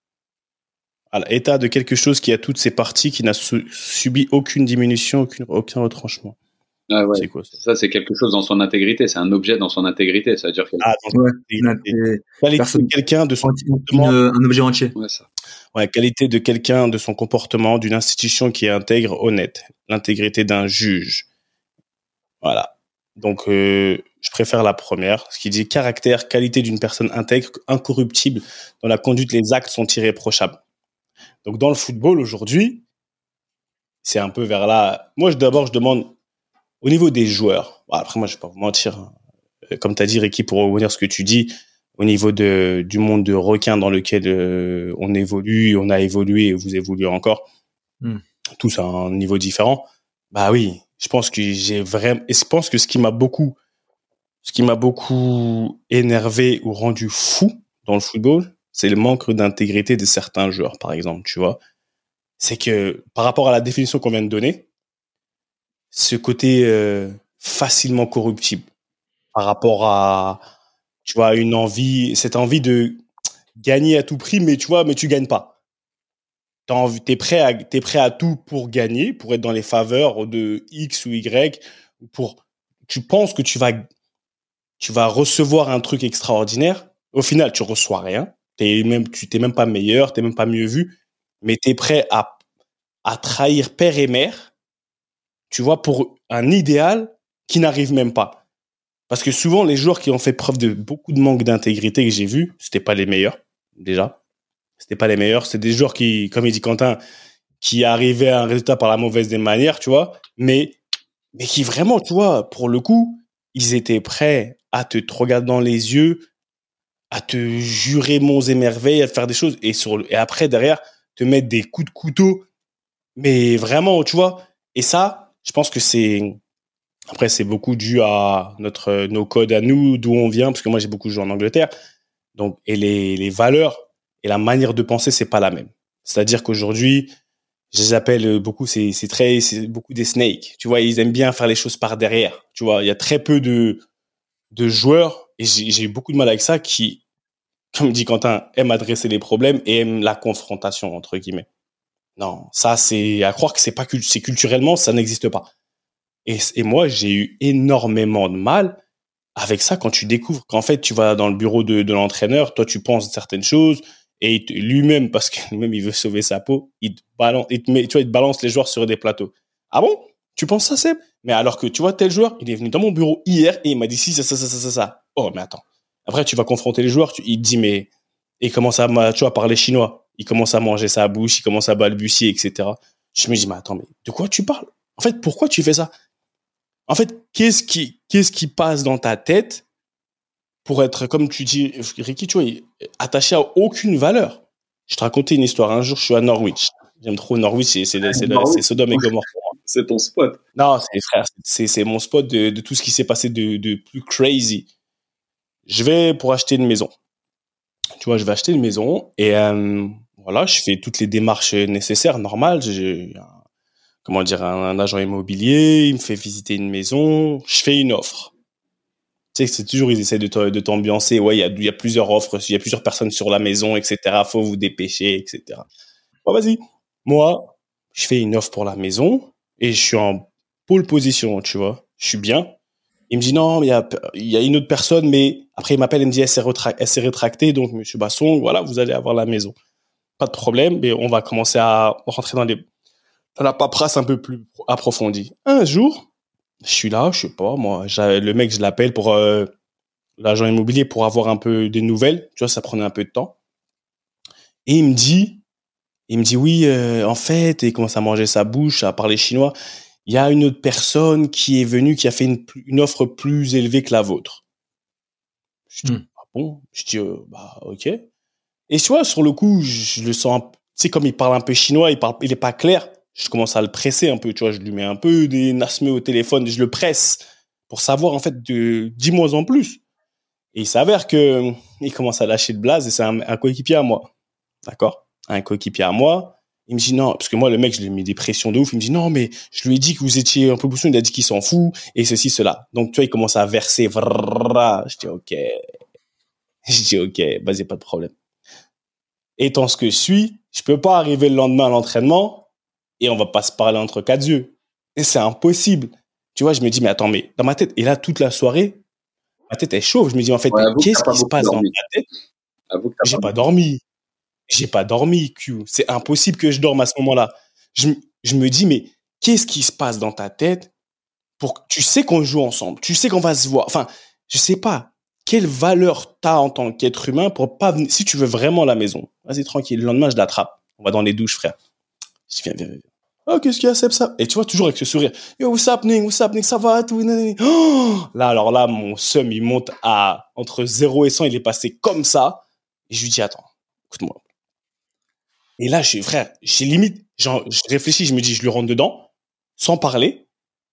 Voilà. État de quelque chose qui a toutes ses parties, qui n'a su- subi aucune diminution, aucune, aucun retranchement. Ah ouais. C'est quoi ça? Ça, c'est quelque chose dans son intégrité. C'est un objet dans son intégrité. Ça veut dire que. Ah, dans Ouais. l'intégrité. Une- Qualité personne- de quelqu'un de son Une- comportement. un objet entier. Ouais, ça. Ouais, qualité de quelqu'un, de son comportement, d'une institution qui est intègre, honnête. L'intégrité d'un juge. Voilà. Donc, euh, je préfère la première. Ce qui dit caractère, qualité d'une personne intègre, incorruptible, dont la conduite, les actes sont irréprochables. Donc, dans le football, aujourd'hui, c'est un peu vers là. Moi, je, d'abord, je demande, au niveau des joueurs, bon, après, moi, je vais pas vous mentir, hein. Comme tu as dit, Ricky, pour revenir à ce que tu dis, au niveau de, du monde de requins dans lequel euh, on évolue, on a évolué et vous évoluez encore, Mm. tous à un niveau différent. Bah oui, je pense que j'ai vraiment, et je pense que ce qui m'a beaucoup, ce qui m'a beaucoup énervé ou rendu fou dans le football, c'est le manque d'intégrité de certains joueurs, par exemple, tu vois. C'est que par rapport à la définition qu'on vient de donner, ce côté euh, facilement corruptible par rapport à, tu vois, une envie, cette envie de gagner à tout prix, mais tu vois, mais tu gagnes pas. T'as envie, t'es prêt à, t'es prêt à tout pour gagner, pour être dans les faveurs de X ou Y, pour, tu penses que tu vas, tu vas recevoir un truc extraordinaire. Au final, tu reçois rien. T'es même, tu t'es même pas meilleur, t'es même pas mieux vu, mais t'es prêt à, à trahir père et mère, tu vois, pour un idéal qui n'arrive même pas. Parce que souvent, les joueurs qui ont fait preuve de beaucoup de manque d'intégrité que j'ai vu, c'était pas les meilleurs, déjà. C'était pas les meilleurs. C'est des joueurs qui, comme il dit Quentin, qui arrivaient à un résultat par la mauvaise des manières, tu vois. Mais, mais qui vraiment, tu vois, pour le coup, ils étaient prêts à te, te regarder dans les yeux, à te jurer monts et merveilles, à te faire des choses. Et sur le, et après, derrière, te mettre des coups de couteau. Mais vraiment, tu vois. Et ça, je pense que c'est, après, c'est beaucoup dû à notre, nos codes à nous, d'où on vient, parce que moi, j'ai beaucoup joué en Angleterre. Donc, et les, les valeurs et la manière de penser, c'est pas la même. C'est-à-dire qu'aujourd'hui, je les appelle beaucoup, c'est, c'est très, c'est beaucoup des snakes. Tu vois, ils aiment bien faire les choses par derrière. Tu vois, il y a très peu de, de joueurs, et j'ai, j'ai eu beaucoup de mal avec ça, qui, comme dit Quentin, aiment adresser les problèmes et aiment la confrontation, entre guillemets. Non, ça, c'est à croire que c'est pas, c'est culturellement, ça n'existe pas. Et, et moi, j'ai eu énormément de mal avec ça quand tu découvres qu'en fait, tu vas dans le bureau de, de l'entraîneur, toi, tu penses certaines choses, et il te, lui-même, parce que lui-même, il veut sauver sa peau, il te balance, il te met, tu vois, il te balance les joueurs sur des plateaux. Ah bon? Tu penses ça, Seb? Mais alors que, tu vois, tel joueur, il est venu dans mon bureau hier et il m'a dit si, ça, ça, ça, ça, ça, ça. Oh, mais attends. Après, tu vas confronter les joueurs, tu, il te dit, mais, et il commence à, tu vois, parler chinois. Il commence à manger sa bouche, il commence à balbutier, et cetera. Je me dis, mais attends, mais de quoi tu parles? En fait, pourquoi tu fais ça? En fait, qu'est-ce qui, qu'est-ce qui passe dans ta tête pour être, comme tu dis, Ricky, tu vois, attaché à aucune valeur? Je te racontais une histoire. Un jour, je suis à Norwich. J'aime trop Norwich, c'est, c'est, c'est, c'est, c'est Sodome et Gomorrhe. C'est ton spot. Non, c'est, frère, c'est, c'est mon spot de, de tout ce qui s'est passé de, de plus crazy. Je vais pour acheter une maison. Tu vois, je vais acheter une maison et euh, voilà, je fais toutes les démarches nécessaires, normales. J'ai un, comment dire, un, un agent immobilier, il me fait visiter une maison, je fais une offre. Tu sais que c'est toujours, ils essaient de, te, de t'ambiancer. Ouais, il y a, il y a plusieurs offres, il y a plusieurs personnes sur la maison, et cetera. Faut vous dépêcher, et cetera. Bon, vas-y. Moi, je fais une offre pour la maison et je suis en pole position, tu vois. Je suis bien. Il me dit non, il y a, il y a une autre personne, mais après, il m'appelle et me dit elle s'est, retra- elle s'est rétractée, donc monsieur Basson, voilà, vous allez avoir la maison. Pas de problème, mais on va commencer à rentrer dans les, dans la paperasse un peu plus approfondie. Un jour, je suis là, je sais pas, moi, le mec, je l'appelle pour euh, l'agent immobilier pour avoir un peu des nouvelles. Tu vois, ça prenait un peu de temps. Et il me dit, il me dit oui, euh, en fait, et il commence à manger sa bouche, à parler chinois. Il y a une autre personne qui est venue, qui a fait une, une offre plus élevée que la vôtre. Je dis, mm. ah bon? Je dis, euh, bah, ok. Et tu vois, sur le coup, je, je le sens, tu sais, comme il parle un peu chinois, il parle, il est pas clair. Je commence à le presser un peu, tu vois, je lui mets un peu des nasmés au téléphone, je le presse pour savoir, en fait, de, dis-moi en plus. Et il s'avère que, il commence à lâcher le blaze et c'est un, un coéquipier à moi. D'accord? Un coéquipier à moi. Il me dit non, parce que moi, le mec, je lui ai mis des pressions de ouf. Il me dit non, mais je lui ai dit que vous étiez un peu bouchon. Il a dit qu'il s'en fout et ceci, cela. Donc, tu vois, il commence à verser. Vrrra. Je dis ok. Je dis ok, vas-y, pas de problème. Étant ce que je suis, je peux pas arriver le lendemain à l'entraînement et on va pas se parler entre quatre yeux. Et c'est impossible. Tu vois, je me dis, mais attends, mais dans ma tête, et là, toute la soirée, ma tête est chauve. Je me dis, en fait, ouais, qu'est-ce qui se passe dormi. dans ma tête? J'ai pas, pas dormi. J'ai pas dormi, Q. C'est impossible que je dorme à ce moment-là. Je, je me dis, mais qu'est-ce qui se passe dans ta tête pour que tu sais qu'on joue ensemble, tu sais qu'on va se voir. Enfin, je sais pas. Quelle valeur t'as en tant qu'être humain pour pas venir, si tu veux vraiment la maison. Vas-y, tranquille. Le lendemain, je l'attrape. On va dans les douches, frère. Je dis, viens, viens, viens. Oh, qu'est-ce qu'il y a, Seb, ça? Et tu vois, toujours avec ce sourire. Yo, what's happening? What's happening? Ça va? Tout. Oh là, alors là, mon seum, il monte à, entre zéro et cent, il est passé comme ça. Et je lui dis, attends, écoute-moi. Et là, je suis, frère, j'ai limite, genre, je réfléchis, je me dis, je lui rentre dedans, sans parler.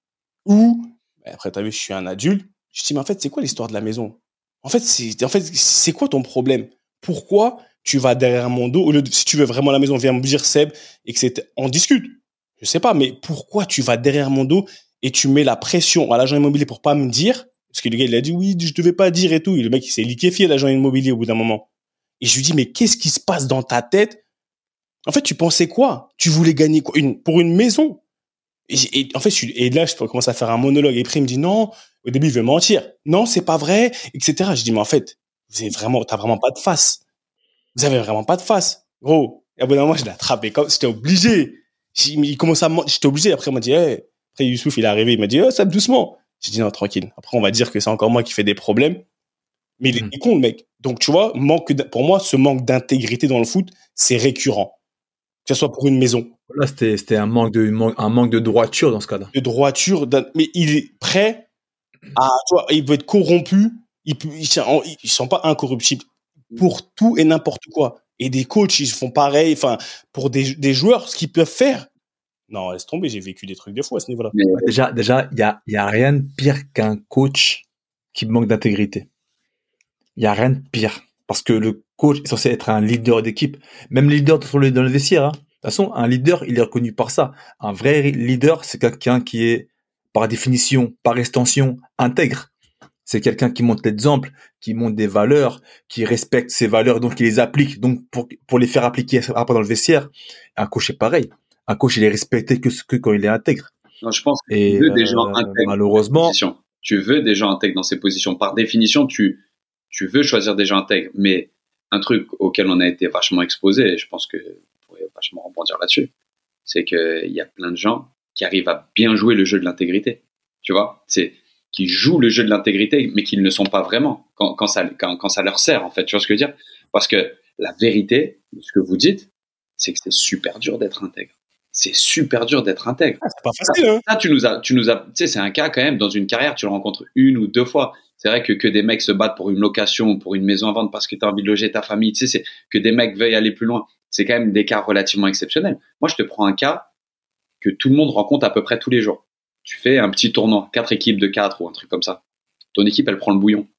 Ou, après, t'as vu, je suis un adulte. Je dis, mais en fait, c'est quoi l'histoire de la maison? En fait, c'est, en fait, c'est quoi ton problème? Pourquoi tu vas derrière mon dos? Au lieu de, si tu veux vraiment la maison, viens me dire, Seb, et que c'est, on discute. Je sais pas, mais pourquoi tu vas derrière mon dos et tu mets la pression à l'agent immobilier pour pas me dire? Parce que le gars, il a dit, oui, je devais pas dire et tout. Et le mec, il s'est liquéfié, l'agent immobilier, au bout d'un moment. Et je lui dis, mais qu'est-ce qui se passe dans ta tête? En fait, tu pensais quoi? Tu voulais gagner quoi? Une, pour une maison? Et, et en fait, je, et là, je commence à faire un monologue. Et après, il me dit, non, au début, il veut mentir. Non, c'est pas vrai, et cetera. Je dis, mais en fait, vous avez vraiment, t'as vraiment pas de face. Vous avez vraiment pas de face. Gros. Et à bout d'un moment, je l'ai attrapé comme, j'étais obligé. Il commence à mentir, j'étais obligé. Après, il m'a dit, hey. Après, Youssouf, il est arrivé, il m'a dit, oh, ça doucement. J'ai dit, non, tranquille. Après, on va dire que c'est encore moi qui fais des problèmes. Mais il est mmh. con, le mec. Donc, tu vois, manque, pour moi, ce manque d'intégrité dans le foot, c'est récurrent. Que ce soit pour une maison. Là, c'était, c'était un manque de, un manque de droiture dans ce cas-là. De droiture, mais il est prêt à, tu vois, il peut être corrompu, il peut, ils sont, ils sont pas incorruptibles pour tout et n'importe quoi. Et des coachs, ils font pareil, enfin, pour des, des joueurs, ce qu'ils peuvent faire. Non, laisse tomber, j'ai vécu des trucs de fou à ce niveau-là. Mais déjà, déjà, il y a, il y a rien de pire qu'un coach qui manque d'intégrité. Il y a rien de pire. Parce que le coach est censé être un leader d'équipe. Même leader dans le, dans le vestiaire, hein. De toute façon, un leader, il est reconnu par ça. Un vrai leader, c'est quelqu'un qui est, par définition, par extension, intègre. C'est quelqu'un qui montre l'exemple, qui montre des valeurs, qui respecte ses valeurs, donc qui les applique. Donc, pour, pour les faire appliquer après dans le vestiaire, un coach est pareil. Un coach, il est respecté que, que quand il est intègre. Non, je pense que Et tu veux euh, des gens intègres. Malheureusement. Tu veux des gens intègres dans ces positions. Par définition, tu, tu veux choisir des gens intègres. Mais un truc auquel on a été vachement exposé, et je pense que vous pourrez vachement rebondir là-dessus, c'est qu'il y a plein de gens qui arrivent à bien jouer le jeu de l'intégrité. Tu vois, c'est qui jouent le jeu de l'intégrité, mais qui ne le sont pas vraiment quand, quand, ça, quand, quand ça leur sert, en fait. Tu vois ce que je veux dire? Parce que la vérité de ce que vous dites, c'est que c'est super dur d'être intègre. C'est super dur d'être intègre. Ah, c'est pas facile, hein. Ça, tu nous as, tu nous as, tu sais, c'est un cas quand même, dans une carrière, tu le rencontres une ou deux fois. C'est vrai que, que des mecs se battent pour une location ou pour une maison à vendre parce que tu as envie de loger ta famille, tu sais, c'est que des mecs veuillent aller plus loin. C'est quand même des cas relativement exceptionnels. Moi, je te prends un cas que tout le monde rencontre à peu près tous les jours. Tu fais un petit tournoi, quatre équipes de quatre ou un truc comme ça. Ton équipe, elle prend le bouillon.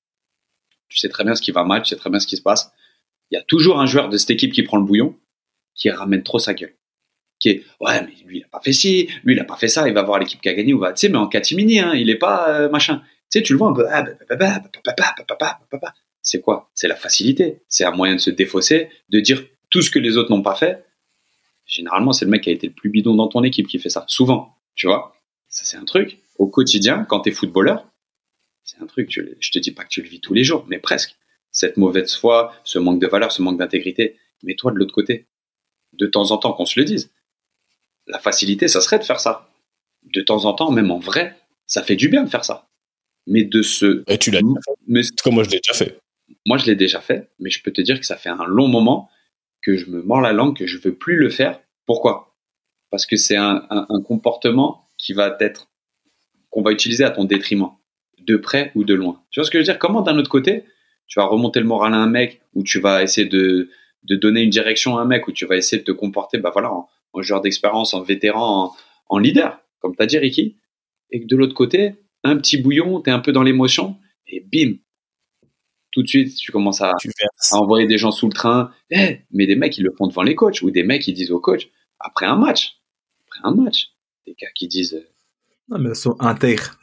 Tu sais très bien ce qui va mal, tu sais très bien ce qui se passe. Il y a toujours un joueur de cette équipe qui prend le bouillon, qui ramène trop sa gueule. Qui est, ouais, mais lui, il a pas fait ci, lui, il a pas fait ça, il va voir l'équipe qui a gagné, ou va, tu sais, mais en catimini, hein, il est pas, euh, machin. Tu sais, tu le vois un peu, ah, bah, bah, bah, bah, bah, bah, bah, bah, bah. C'est quoi? C'est la facilité. C'est un moyen de se défausser, de dire tout ce que les autres n'ont pas fait. Généralement, c'est le mec qui a été le plus bidon dans ton équipe qui fait ça. Souvent, tu vois. Ça, c'est un truc. Au quotidien, quand t'es footballeur, c'est un truc, tu, je te dis pas que tu le vis tous les jours, mais presque. Cette mauvaise foi, ce manque de valeur, ce manque d'intégrité. Mets-toi de l'autre côté. De temps en temps, qu'on se le dise. La facilité, ça serait de faire ça. De temps en temps, même en vrai, ça fait du bien de faire ça. mais de ce. Et tu l'as déjà fait. Mais, comme moi, je l'ai déjà fait. Moi, je l'ai déjà fait, mais je peux te dire que ça fait un long moment que je me mords la langue, que je veux plus le faire. Pourquoi ? Parce que c'est un, un, un comportement qui va être, qu'on va utiliser à ton détriment, de près ou de loin. Tu vois ce que je veux dire ? Comment d'un autre côté, tu vas remonter le moral à un mec, ou tu vas essayer de, de donner une direction à un mec, ou tu vas essayer de te comporter, bah voilà, en, en joueur d'expérience, en vétéran, en, en leader, comme t'as dit, Ricky. Et que de l'autre côté, un petit bouillon, t'es un peu dans l'émotion, et bim, tout de suite, tu commences à, à envoyer des gens sous le train. Eh, mais des mecs, ils le font devant les coachs, ou des mecs, ils disent au coach, après un match, après un match, des gars qui disent... Non, mais elles sont intègres.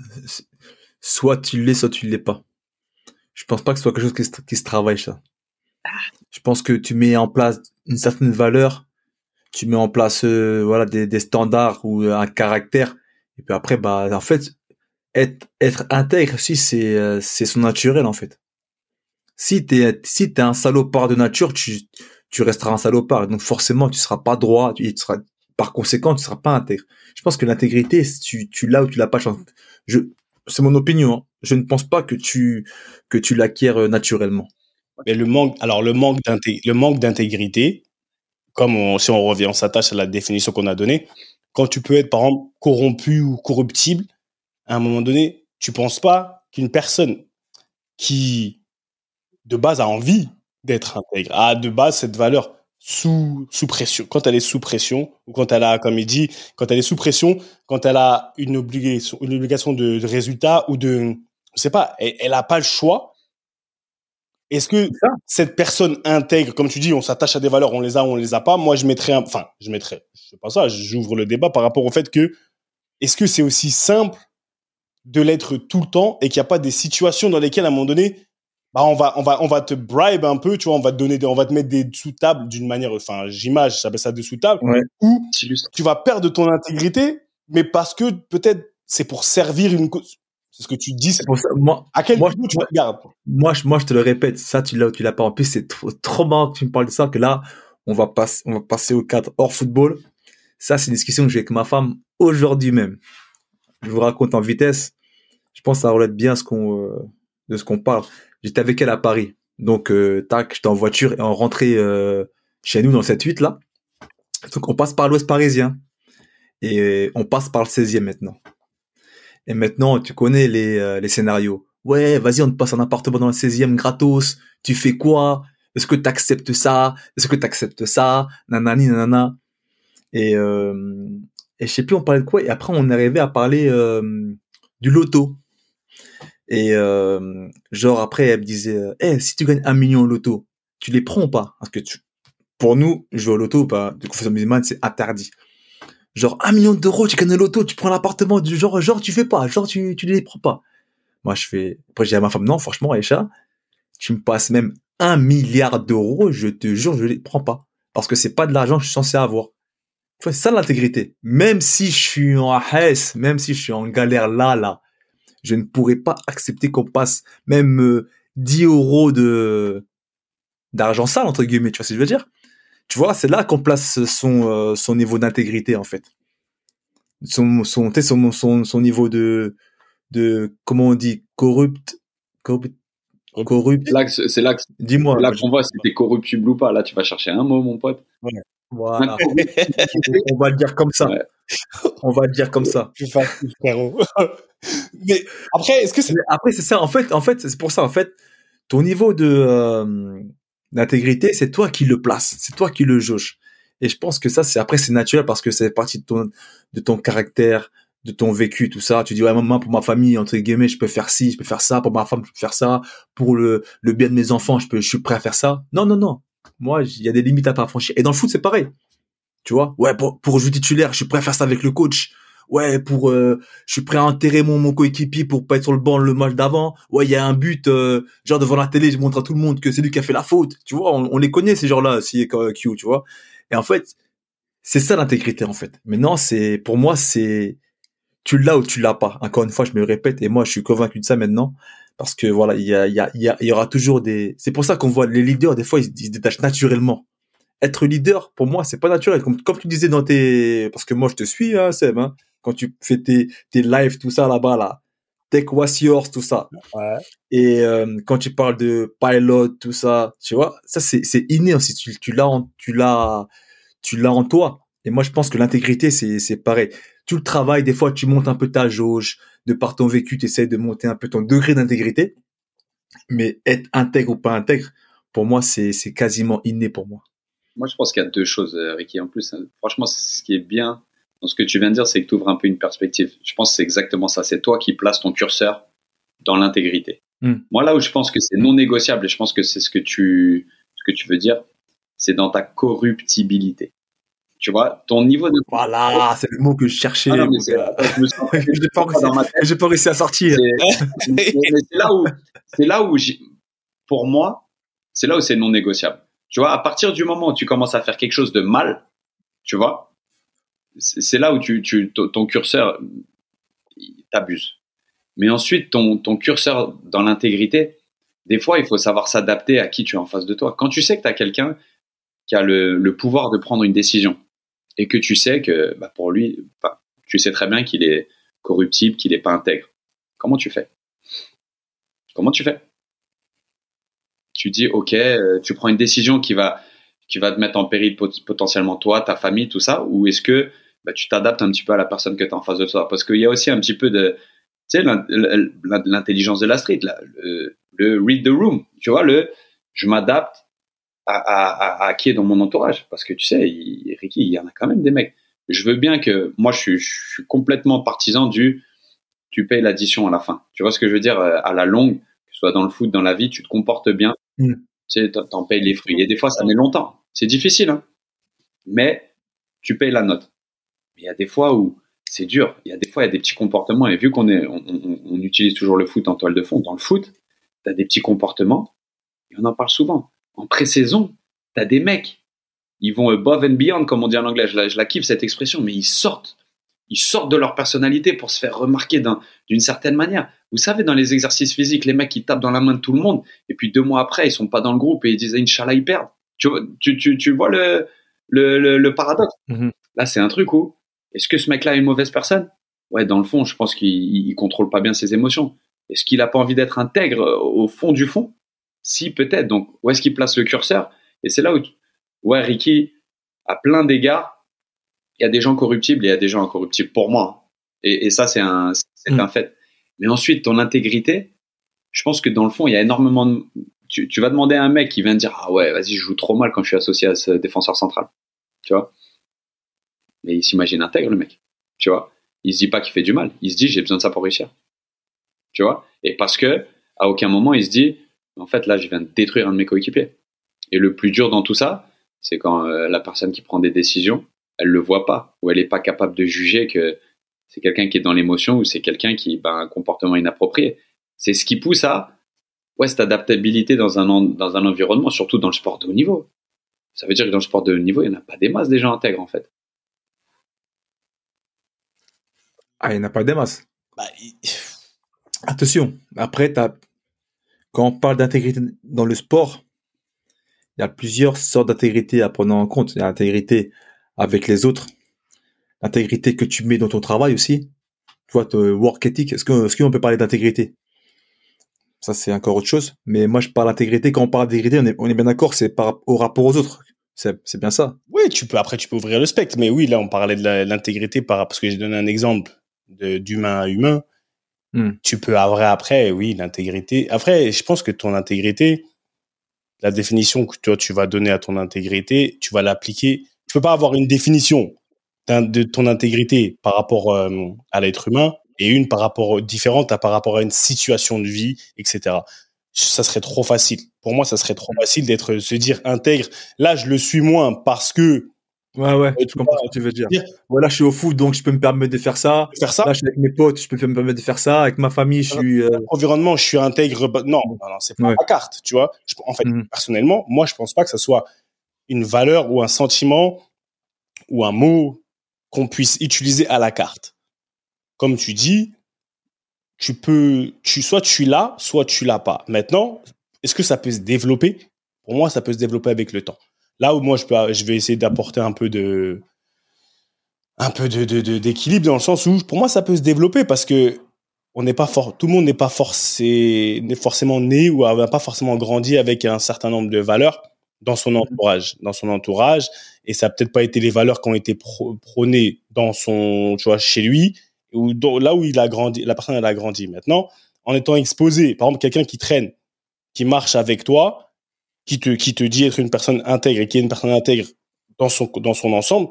Soit tu l'es, soit tu l'es pas. Je pense pas que ce soit quelque chose qui se, qui se travaille, ça. Je pense que tu mets en place une certaine valeur, tu mets en place euh, voilà des, des standards ou un caractère, et puis après, bah en fait, être, être intègre, si c'est euh, c'est son naturel en fait. Si t'es si t'es un salopard de nature, tu tu resteras un salopard. Donc forcément, tu seras pas droit. Tu, tu seras, par conséquent, tu seras pas intègre. Je pense que l'intégrité, tu tu l'as ou tu l'as pas. Je c'est mon opinion. Hein. Je ne pense pas que tu que tu l'acquiers naturellement. Mais le manque, alors le manque d'inté- le manque d'intégrité, comme on, si on revient, on s'attache à la définition qu'on a donnée. Quand tu peux être par exemple corrompu ou corruptible, à un moment donné, tu penses pas qu'une personne qui de base a envie d'être intègre, a de base cette valeur sous sous pression. Quand elle est sous pression ou quand elle a, comme il dit, quand elle est sous pression, quand elle a une obligation, une obligation de, de résultat ou de, je sais pas, elle, elle a pas le choix. Est-ce que cette personne intègre, comme tu dis, on s'attache à des valeurs, on les a ou on les a pas. Moi, je mettrais, un, enfin, je mettrais, je sais pas ça, j'ouvre le débat par rapport au fait que, est-ce que c'est aussi simple de l'être tout le temps et qu'il n'y a pas des situations dans lesquelles, à un moment donné, bah, on va, on va, on va te bribe un peu, tu vois, on va te donner, des, on va te mettre des sous-tables d'une manière, enfin, j'image, j'appelle ça des sous-tables, ouais. où tu vas perdre ton intégrité, mais parce que peut-être c'est pour servir une cause. C'est ce que tu dis. C'est pour ça, moi, à quel moi, niveau tu moi, regardes? Moi, je, moi, je te le répète, ça, tu l'as ou tu l'as pas. En plus, c'est trop, trop marrant que tu me parles de ça, que là, on va passer, on va passer au cadre hors football. Ça, c'est une discussion que j'ai avec ma femme aujourd'hui même. Je vous raconte en vitesse. Je pense que ça relève bien ce qu'on, euh, de ce qu'on parle. J'étais avec elle à Paris. Donc, euh, tac, j'étais en voiture et on rentrait, euh, chez nous dans le sept huit, là. Donc, on passe par l'ouest parisien. Et on passe par le seizième maintenant. Et maintenant, tu connais les, euh, les scénarios. Ouais, vas-y, on te passe un appartement dans le seizième gratos. Tu fais quoi? Est-ce que t'acceptes ça? Est-ce que t'acceptes ça? Nanani, nanana. Et, euh, et je sais plus, on parlait de quoi. Et après, on est arrivé à parler euh, du loto. Et euh, genre, après, elle me disait, eh, hey, si tu gagnes un million au loto, tu les prends ou pas? Parce que tu, pour nous, jouer au loto, pas, de confession musulmane, c'est interdit. Genre, un million d'euros, tu gagnes le loto, tu prends l'appartement, du genre, genre, tu fais pas, genre, tu, tu les prends pas. Moi, je fais, après, j'ai dit à ma femme, non, franchement, Aïcha, tu me passes même un milliard d'euros, je te jure, je les prends pas. Parce que c'est pas de l'argent que je suis censé avoir. C'est ça l'intégrité. Même si je suis en haisse, même si je suis en galère là, là, je ne pourrais pas accepter qu'on passe même euh, dix euros de, d'argent sale, entre guillemets, tu vois ce que je veux dire? Tu vois, c'est là qu'on place son, euh, son niveau d'intégrité, en fait. Son, son, son, son, son niveau de, de, comment on dit, corrupt, corrupt, corrupt. Là, c'est là, que, dis-moi. Là qu'on voit si t'es corruptible ou pas. Là, tu vas chercher un mot, mon pote. Ouais. Voilà. On va le dire comme ça. Ouais. On va le dire comme ça. Plus facile, frérot. Mais après, est-ce que c'est... Mais après, c'est ça. En fait, en fait, c'est pour ça. En fait, ton niveau de, euh, d'intégrité, c'est toi qui le place. C'est toi qui le jauge. Et je pense que ça, c'est, après, c'est naturel parce que c'est partie de ton, de ton caractère, de ton vécu, tout ça. Tu dis, ouais, maman, pour ma famille, entre guillemets, je peux faire ci, je peux faire ça. Pour ma femme, je peux faire ça. Pour le, le bien de mes enfants, je peux, je suis prêt à faire ça. Non, non, non. Moi, il y a des limites à pas franchir. Et dans le foot, c'est pareil. Tu vois? Ouais, pour, pour jouer titulaire, je suis prêt à faire ça avec le coach. Ouais, pour, euh, je suis prêt à enterrer mon, mon coéquipier pour pas être sur le banc le match d'avant. Ouais, il y a un but, euh, genre devant la télé, je montre à tout le monde que c'est lui qui a fait la faute. Tu vois? On, on les connaît, ces gens-là, si, Q, tu vois? Et en fait, c'est ça l'intégrité, en fait. Maintenant, c'est, pour moi, c'est, tu l'as ou tu l'as pas. Encore une fois, je me répète, et moi, je suis convaincu de ça maintenant. Parce que voilà, il y a, il y a, il y a, il y aura toujours des, c'est pour ça qu'on voit les leaders, des fois, ils, ils se détachent naturellement. Être leader, pour moi, c'est pas naturel. Comme, comme tu disais dans tes, parce que moi, je te suis, hein, Seb, hein, quand tu fais tes, tes lives, tout ça, là-bas, là. Tech Warriors, tout ça. Ouais. Et euh, quand tu parles de pilot, tout ça, tu vois, ça c'est c'est inné aussi. Tu, tu l'as, en, tu l'as, tu l'as en toi. Et moi, je pense que l'intégrité, c'est c'est pareil. Tu le travailles, des fois, tu montes un peu ta jauge. De par ton vécu, tu essaies de monter un peu ton degré d'intégrité. Mais être intègre ou pas intègre, pour moi, c'est c'est quasiment inné pour moi. Moi, je pense qu'il y a deux choses, euh, Ricky. En plus, hein, franchement, ce qui est bien dans ce que tu viens de dire, c'est que tu ouvres un peu une perspective. Je pense que c'est exactement ça. C'est toi qui places ton curseur dans l'intégrité. Mm. Moi, là où je pense que c'est non négociable, et je pense que c'est ce que tu, ce que tu veux dire, c'est dans ta corruptibilité. Tu vois, ton niveau de... Voilà, c'est le mot que je cherchais. Ah non, mais mon c'est- gars. je me sens- je J'ai me pas sens pas dans ma réussi, tête. j'ai pas réussi à sortir. C'est- mais, mais c'est là où, c'est là où, j'ai- pour moi, c'est là où c'est non négociable. Tu vois, à partir du moment où tu commences à faire quelque chose de mal, tu vois, c'est c'est là où tu, tu, ton ton curseur il t'abuse. Mais ensuite, ton, ton curseur dans l'intégrité, des fois, il faut savoir s'adapter à qui tu es en face de toi. Quand tu sais que tu as quelqu'un qui a le, le pouvoir de prendre une décision et que tu sais que bah, pour lui, enfin, tu sais très bien qu'il est corruptible, qu'il n'est pas intègre, comment tu fais Comment tu fais Tu dis, OK, euh, tu prends une décision qui va, qui va te mettre en péril pot- potentiellement toi, ta famille, tout ça, ou est-ce que bah, tu t'adaptes un petit peu à la personne que tu as en face de toi? Parce qu'il y a aussi un petit peu de, tu sais, l'in- l'in- l'intelligence de la street, là, le, le read the room, tu vois, le je m'adapte à, à, à, à qui est dans mon entourage. Parce que tu sais, il, Ricky, il y en a quand même des mecs. Je veux bien que, moi, je suis, je suis complètement partisan du tu payes l'addition à la fin. Tu vois ce que je veux dire? À la longue, que ce soit dans le foot, dans la vie, tu te comportes bien, Mm. tu sais, t'en t'en payes les fruits. Et des fois, ça met longtemps. C'est difficile, hein. Mais tu payes la note. Mais il y a des fois où c'est dur. Il y a des fois, il y a des petits comportements. Et vu qu'on est, on, on, on utilise toujours le foot en toile de fond, dans le foot, tu as des petits comportements. Et on en parle souvent. En pré-saison, tu as des mecs. Ils vont above and beyond, comme on dit en anglais. Je la, je la kiffe, cette expression. Mais ils sortent. Ils sortent de leur personnalité pour se faire remarquer d'un, d'une certaine manière. Vous savez, dans les exercices physiques, les mecs, ils tapent dans la main de tout le monde. Et puis deux mois après, ils sont pas dans le groupe et ils disent, Inch'Allah, ils perdent. Tu, vois- tu, tu, tu vois le, le, le, le paradoxe? Mhm. Là, c'est un truc où, est-ce que ce mec-là est une mauvaise personne? Ouais, dans le fond, je pense qu'il il contrôle pas bien ses émotions. Est-ce qu'il a pas envie d'être intègre euh, au fond du fond? Si, peut-être. Donc, où est-ce qu'il place le curseur? Et c'est là où, tu- ouais, Ricky, à plein d'égards, il y a des gens corruptibles et il y a des gens incorruptibles pour moi. Et, et ça, c'est un, c'est Mm. un fait. Mais ensuite, ton intégrité, je pense que dans le fond, il y a énormément de... Tu, tu vas demander à un mec qui vient de dire, ah ouais, vas-y, je joue trop mal quand je suis associé à ce défenseur central. Tu vois? Mais il s'imagine intègre, le mec. Tu vois? Il se dit pas qu'il fait du mal. Il se dit, j'ai besoin de ça pour réussir. Tu vois? Et parce que, à aucun moment, il se dit, en fait, là, je viens de détruire un de mes coéquipiers. Et le plus dur dans tout ça, c'est quand euh, la personne qui prend des décisions, elle le voit pas, ou elle est pas capable de juger que c'est quelqu'un qui est dans l'émotion ou c'est quelqu'un qui ben, a un comportement inapproprié. C'est ce qui pousse à ouais, cette adaptabilité dans un, en- dans un environnement, surtout dans le sport de haut niveau. Ça veut dire que dans le sport de haut niveau, il n'y en a pas des masses des gens intègres, en fait. Ah, il n'y en a pas des masses. Bah, il- Attention, après, t'as- quand on parle d'intégrité dans le sport, il y a plusieurs sortes d'intégrité à prendre en compte. Il y a l'intégrité avec les autres, l'intégrité que tu mets dans ton travail aussi. Tu vois, ton work ethic. Est-ce que, est-ce qu'on peut parler d'intégrité? Ça, c'est encore autre chose. Mais moi, je parle d'intégrité. Quand on parle d'intégrité, on est, on est bien d'accord, c'est par, au rapport aux autres. C'est, c'est bien ça. Oui, tu peux, après, tu peux ouvrir le spectre. Mais oui, là, on parlait de la- l'intégrité par, parce que j'ai donné un exemple de, d'humain à humain. Hmm. Tu peux avoir après, oui, l'intégrité. Après, je pense que ton intégrité, la définition que toi, tu vas donner à ton intégrité, tu vas l'appliquer. Tu peux pas avoir une définition d'un- de ton intégrité par rapport euh, à l'être humain et une par rapport différente à par rapport à une situation de vie, et cetera. Ça serait trop facile. Pour moi, ça serait trop facile d'être, se dire intègre. Là, je le suis moins parce que Ouais, ouais, Ouais, je tu comprends vois, ce que tu veux dire. dire- Voilà, je suis au foot, donc je peux me permettre de faire ça. faire ça. Là, je suis avec mes potes, je peux me permettre de faire ça. Avec ma famille, je suis. euh, Environnement, je suis intègre. bah, Non, non, non, c'est pas Ouais. la carte, tu vois. Je- en fait, Mhm. personnellement, moi, je pense pas que ça soit une valeur ou un sentiment ou un mot qu'on puisse utiliser à la carte. Comme tu dis, tu peux, tu, soit tu l'as, soit tu l'as pas. Maintenant, est-ce que ça peut se développer? Pour moi, ça peut se développer avec le temps. Là où moi, je peux, je vais essayer d'apporter un peu de, un peu de, de, de- d'équilibre dans le sens où, pour moi, ça peut se développer parce que on n'est pas for- tout le monde n'est pas forcé, n'est forcément né ou n'a pas forcément grandi avec un certain nombre de valeurs dans son entourage, dans son entourage, et ça a peut-être pas été les valeurs qui ont été pro- prônées dans son, tu vois, chez lui, ou dans- là où il a grandi, la personne elle a grandi. Maintenant, en étant exposé, par exemple, quelqu'un qui traîne, qui marche avec toi, qui te, qui te dit être une personne intègre et qui est une personne intègre dans son, dans son ensemble,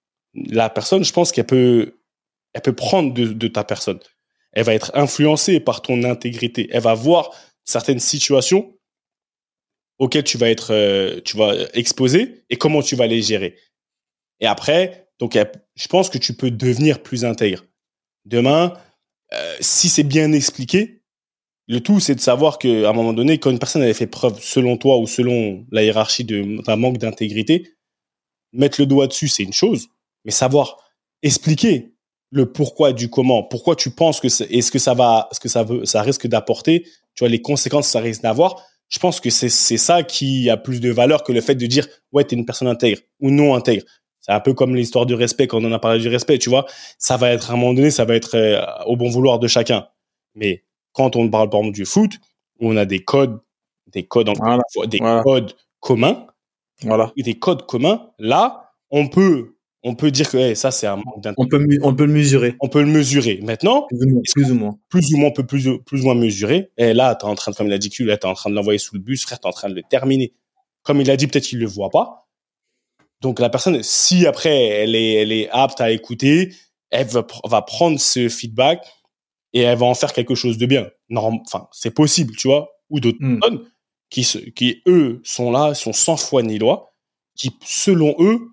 la personne, je pense qu'elle peut, elle peut prendre de, de ta personne. Elle va être influencée par ton intégrité. Elle va voir certaines situations auxquelles tu vas être, euh, tu vas exposé et comment tu vas les gérer. Et après, donc, elle, je pense que tu peux devenir plus intègre. Demain, euh, si c'est bien expliqué, le tout, c'est de savoir qu'à un moment donné, quand une personne avait fait preuve, selon toi ou selon la hiérarchie, de, d'un manque d'intégrité, mettre le doigt dessus, c'est une chose, mais savoir expliquer le pourquoi du comment, pourquoi tu penses que c'est, et ce que ça va, ce que ça veut, ça risque d'apporter, tu vois, les conséquences que ça risque d'avoir. Je pense que c'est, c'est ça qui a plus de valeur que le fait de dire, ouais, t'es une personne intègre ou non intègre. C'est un peu comme l'histoire du respect, quand on en a parlé du respect, tu vois. Ça va être, à un moment donné, ça va être euh, au bon vouloir de chacun. Mais quand on parle, par exemple, du foot, où on a des codes, des codes, en, Voilà. des Voilà. codes communs, Voilà. des codes communs, là, on peut, on peut dire que hey, ça, c'est un manque d'intérêt. On peut, mu- on peut le mesurer. On peut le mesurer. Maintenant, Plus ou moins. Plus ou moins. plus ou moins, on peut plus, plus ou moins mesurer. Et là, t'es en train de, comme il a dit, là, t'es en train de l'envoyer sous le bus, frère, t'es en train de le terminer. Comme il a dit, peut-être qu'il le voit pas. Donc, la personne, si après, elle est, elle est apte à écouter, elle va, va prendre ce feedback et elle va en faire quelque chose de bien. Non, enfin, c'est possible, tu vois. Ou d'autres Mm. personnes qui, se, qui, eux, sont là, sont sans foi ni loi, qui, selon eux,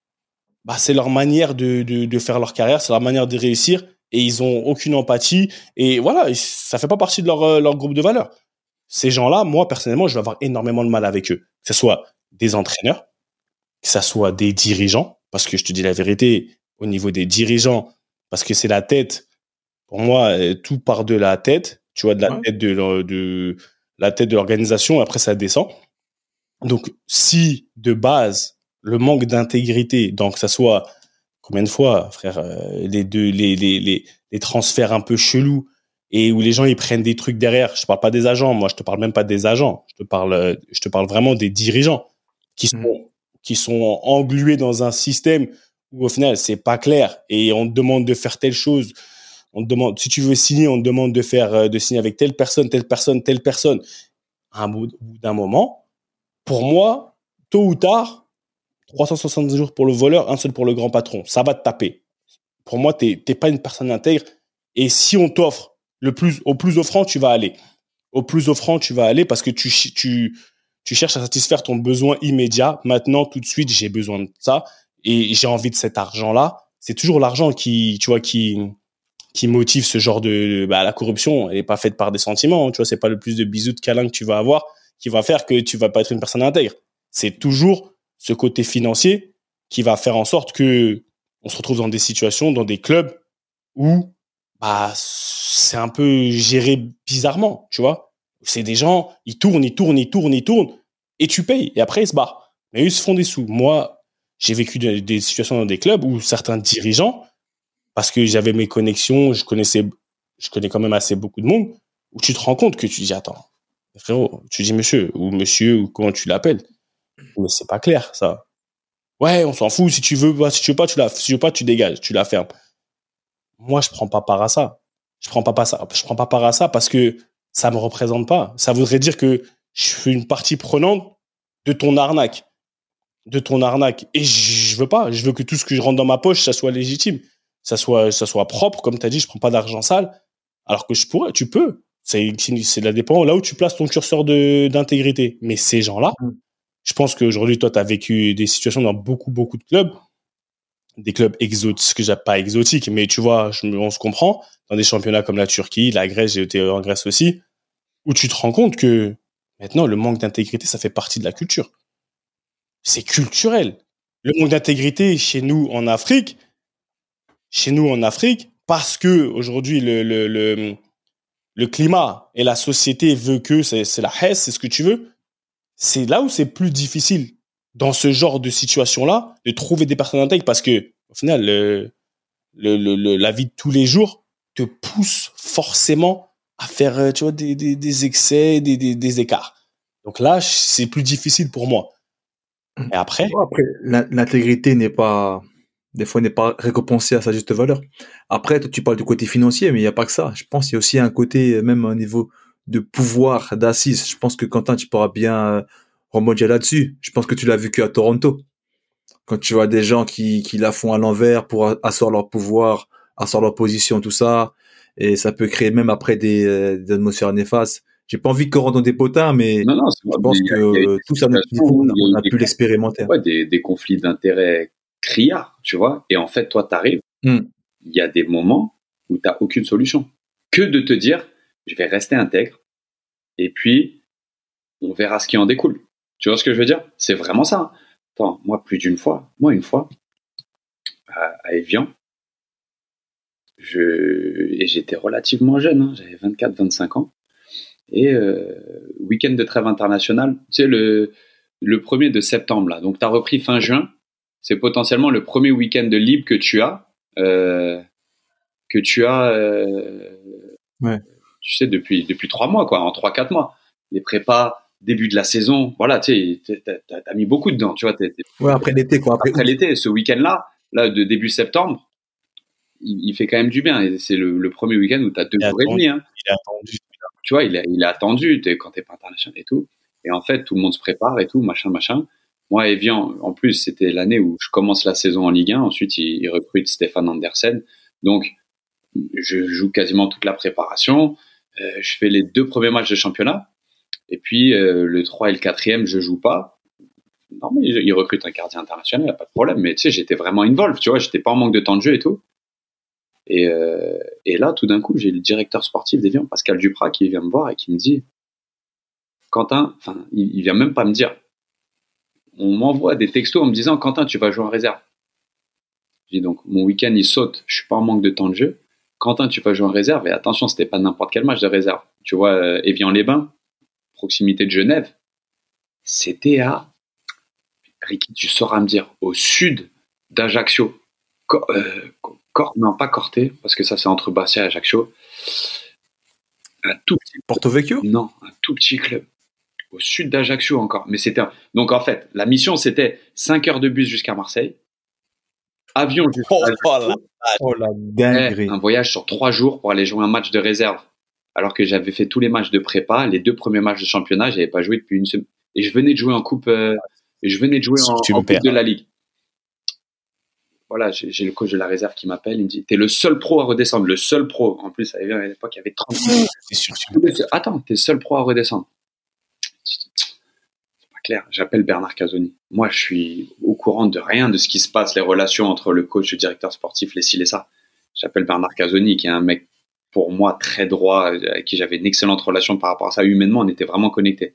bah, c'est leur manière de, de, de faire leur carrière, c'est leur manière de réussir, et ils ont aucune empathie, et voilà, ça fait pas partie de leur, leur groupe de valeurs. Ces gens-là, moi, personnellement, je vais avoir énormément de mal avec eux. Que ce soit des entraîneurs, que ce soit des dirigeants, parce que je te dis la vérité, au niveau des dirigeants, parce que c'est la tête, pour moi, tout part de la tête, tu vois, de la Ouais. tête de, de, la tête de l'organisation, après ça descend. Donc, si de base, le manque d'intégrité, donc que ça soit, combien de fois, frère, euh, les deux, les, les, les, les transferts un peu chelous, et où les gens, ils prennent des trucs derrière. Je parle pas des agents, moi, je te parle même pas des agents. Je te parle, je te parle vraiment des dirigeants qui sont, Mm. qui sont englués dans un système où, au final, c'est pas clair, et on te demande de faire telle chose. On te demande, si tu veux signer, on te demande de faire, de signer avec telle personne, telle personne, telle personne. À un bout d'un moment, pour moi, tôt ou tard, trois cent soixante-dix jours pour le voleur, un seul pour le grand patron. Ça va te taper. Pour moi, t'es, t'es pas une personne intègre. Et si on t'offre le plus, au plus offrant, tu vas aller. Au plus offrant, tu vas aller parce que tu, tu, tu cherches à satisfaire ton besoin immédiat. Maintenant, tout de suite, j'ai besoin de ça et j'ai envie de cet argent-là. C'est toujours l'argent qui, tu vois, qui, qui motive ce genre de, bah, la corruption. Elle est pas faite par des sentiments. Tu vois, c'est pas le plus de bisous, de câlins que tu vas avoir qui va faire que tu vas pas être une personne intègre. C'est toujours ce côté financier qui va faire en sorte que on se retrouve dans des situations, dans des clubs où bah c'est un peu géré bizarrement, tu vois. C'est des gens, ils tournent, ils tournent, ils tournent, ils tournent, et tu payes, et après ils se barrent. Mais eux, ils se font des sous. Moi, j'ai vécu des, des situations dans des clubs où certains dirigeants, parce que j'avais mes connexions, je connaissais, je connais quand même assez beaucoup de monde, où tu te rends compte que tu dis, attends, frérot, tu dis monsieur, ou monsieur, ou comment tu l'appelles. Mais c'est pas clair, ça. Ouais, on s'en fout, si tu veux, si tu veux pas, tu la, si tu veux pas, tu dégages, tu la fermes. Moi, je prends pas part à ça. Je prends pas, pas ça. Je prends pas part à ça parce que ça me représente pas. Ça voudrait dire que je suis une partie prenante de ton arnaque. De ton arnaque. Et je veux pas. Je veux que tout ce que je rentre dans ma poche, ça soit légitime. Ça soit, ça soit propre. Comme tu as dit, je prends pas d'argent sale. Alors que je pourrais, tu peux. C'est, c'est la dépend là où tu places ton curseur de, d'intégrité. Mais ces gens-là, mmh. Je pense qu'aujourd'hui, toi, tu as vécu des situations dans beaucoup, beaucoup de clubs. Des clubs exotiques, ce que j'appelle pas exotiques, mais tu vois, je, on se comprend. Dans des championnats comme la Turquie, la Grèce, j'ai été en Grèce aussi, où tu te rends compte que maintenant, le manque d'intégrité, ça fait partie de la culture. C'est culturel. Le manque d'intégrité chez nous en Afrique, chez nous en Afrique, parce que aujourd'hui, le, le, le, le climat et la société veut que c'est, c'est la haine, c'est ce que tu veux. C'est là où c'est plus difficile dans ce genre de situation-là de trouver des personnes intègres parce que au final, le, le, le, le, la vie de tous les jours, te pousse forcément à faire, tu vois, des, des, des excès, des, des, des écarts. Donc là, c'est plus difficile pour moi. Et après, bon, après l'intégrité n'est pas, des fois, n'est pas récompensée à sa juste valeur. Après, toi, tu parles du côté financier, mais il n'y a pas que ça. Je pense qu'il y a aussi un côté, même un niveau de pouvoir, d'assise. Je pense que Quentin, tu pourras bien remonter là-dessus. Je pense que tu l'as vécu à Toronto. Quand tu vois des gens qui, qui la font à l'envers pour asseoir leur pouvoir, asseoir leur position, tout ça. Et ça peut créer même après des, des atmosphères néfastes. J'ai pas envie qu'on rentre dans des potins, mais Non, non, c'est je vrai, pense mais il y a, il y a eu que des tout ça, on a, situations où il y a eu on a des, pu l'expérimenter. ouais, des, des conflits d'intérêts criards, tu vois. Et en fait, toi, t'arrives, Hmm. il y a des moments où t'as aucune solution. Que de te dire, je vais rester intègre, et puis, on verra ce qui en découle. Tu vois ce que je veux dire? C'est vraiment ça. Hein. Attends, moi, plus d'une fois, moi, une fois, à, à Évian, je, et j'étais relativement jeune, hein, j'avais vingt-quatre vingt-cinq ans, et euh, week-end de trêve internationale, tu sais, le, le premier de septembre, là. Donc, tu as repris fin juin, c'est potentiellement le premier week-end de libre que tu as, euh, que tu as, euh, Ouais. tu sais, depuis, depuis trois mois, quoi, en trois quatre mois. Les prépas, début de la saison, voilà, tu sais, t'as, t'as mis beaucoup dedans, tu vois. T'es, t'es, Ouais, après l'été, quoi. Après, après août. l'été, ce week-end-là, là, de début septembre, il, il fait quand même du bien. Et c'est le, le premier week-end où tu as deux il a jours et attendu. demi. Hein. Il a attendu. Tu vois, il a, il a attendu t'es, quand t'es pas international et tout. Et en fait, tout le monde se prépare et tout, machin, machin. Moi, Evian, en plus, c'était l'année où je commence la saison en Ligue un. Ensuite, il, il recrute Stéphane Andersen. Donc, je joue quasiment toute la préparation. Euh, je fais les deux premiers matchs de championnat. Et puis, euh, le trois et le quatrième, je joue pas. Non, mais il, il recrute un gardien international, il n'y a pas de problème. Mais tu sais, j'étais vraiment involved, tu vois. J'étais pas en manque de temps de jeu et tout. Et, euh, et là, tout d'un coup, j'ai le directeur sportif d'Evian, Pascal Duprat, qui vient me voir et qui me dit Quentin, enfin, il, il vient même pas me dire. On m'envoie des textos en me disant Quentin, tu vas jouer en réserve. Je dis donc, mon week-end, il saute, je suis pas en manque de temps de jeu. Quentin, tu vas jouer en réserve. Et attention, c'était pas n'importe quel match de réserve. Tu vois, euh, Évian-les-Bains, proximité de Genève, c'était à, Ricky, tu sauras me dire, au sud d'Ajaccio. Co- euh, Cor- non, pas Corté, parce que ça, c'est entre Bastia et Ajaccio. Un tout petit Porto Vecchio? Non, un tout petit club. Au sud d'Ajaccio encore. Mais c'était un... Donc en fait, la mission c'était cinq heures de bus jusqu'à Marseille, avion jusqu'à Oh, oh Ajaccio, là. Oh la et dinguerie. un voyage sur trois jours pour aller jouer un match de réserve. Alors que j'avais fait tous les matchs de prépa, les deux premiers matchs de championnat, j'avais pas joué depuis une semaine. Et je venais de jouer en coupe, euh, et je venais de jouer en, Tu en me coupe perds. de la Ligue. Voilà, j'ai, j'ai le coach de la réserve qui m'appelle, il me dit, t'es le seul pro à redescendre, le seul pro. En plus, à l'époque, il y avait trente. C'est sûr, tu me perds. Attends, t'es le seul pro à redescendre. Clair, j'appelle Bernard Casoni. Moi, je suis au courant de rien de ce qui se passe, les relations entre le coach et le directeur sportif, les ci, les ça. J'appelle Bernard Casoni, qui est un mec, pour moi, très droit, avec qui j'avais une excellente relation par rapport à ça. Humainement, on était vraiment connectés.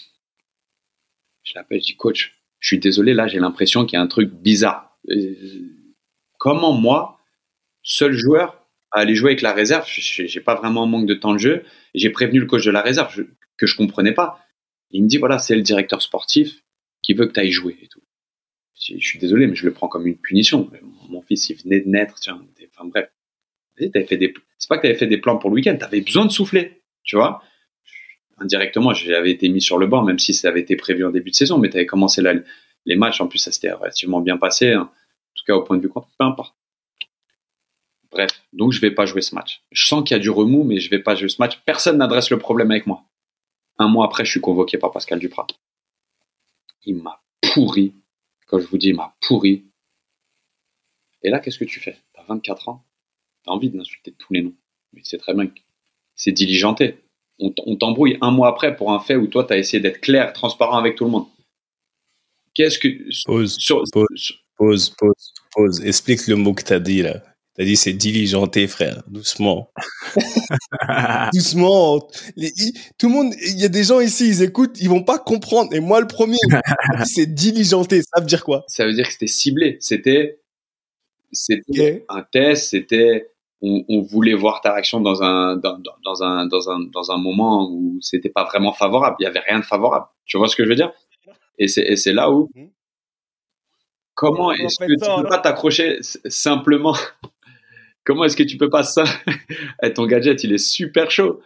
Je l'appelle, je dis, coach, je suis désolé, là, j'ai l'impression qu'il y a un truc bizarre. Comment, moi, seul joueur, à aller jouer avec la réserve, j'ai pas vraiment un manque de temps de jeu, j'ai prévenu le coach de la réserve, je, que je comprenais pas. Il me dit, voilà, c'est le directeur sportif qui veut que tu ailles jouer et tout. Je, je suis désolé, mais je le prends comme une punition. Mon fils, il venait de naître, tiens, enfin bref. T'avais fait des, c'est pas que tu avais fait des plans pour le week-end, tu avais besoin de souffler, tu vois. Indirectement, j'avais été mis sur le banc, même si ça avait été prévu en début de saison, mais tu avais commencé la, les matchs, en plus, ça s'était relativement bien passé, hein. En tout cas, au point de vue contre, peu importe. Bref, donc je vais pas jouer ce match. Je sens qu'il y a du remous, mais je vais pas jouer ce match. Personne n'adresse le problème avec moi. Un mois après, je suis convoqué par Pascal Duprat. Il m'a pourri. Quand je vous dis, il m'a pourri. Et là, qu'est-ce que tu fais? T'as vingt-quatre ans. T'as envie d'insulter tous les noms. Mais c'est très bien que c'est diligenté. On, on t'embrouille un mois après pour un fait où toi, t'as essayé d'être clair, transparent avec tout le monde. Qu'est-ce que... Pause, sur, pause, sur, pause, pause, pause. Explique le mot que t'as dit, là. T'as dit c'est diligenté, frère. Doucement. Doucement. Les, ils, tout le monde, il y a des gens ici, ils écoutent, ils vont pas comprendre. Et moi, le premier, c'est diligenté. Ça veut dire quoi? Ça veut dire que c'était ciblé. C'était, c'était Okay. un test. C'était, on, on voulait voir ta réaction dans un, dans, dans un, dans un, dans un moment où c'était pas vraiment favorable. Il y avait rien de favorable. Tu vois ce que je veux dire? Et c'est, et c'est là où, comment est-ce que tu peux pas t'accrocher simplement Comment est-ce que tu peux pas ça? Eh, ton gadget, il est super chaud.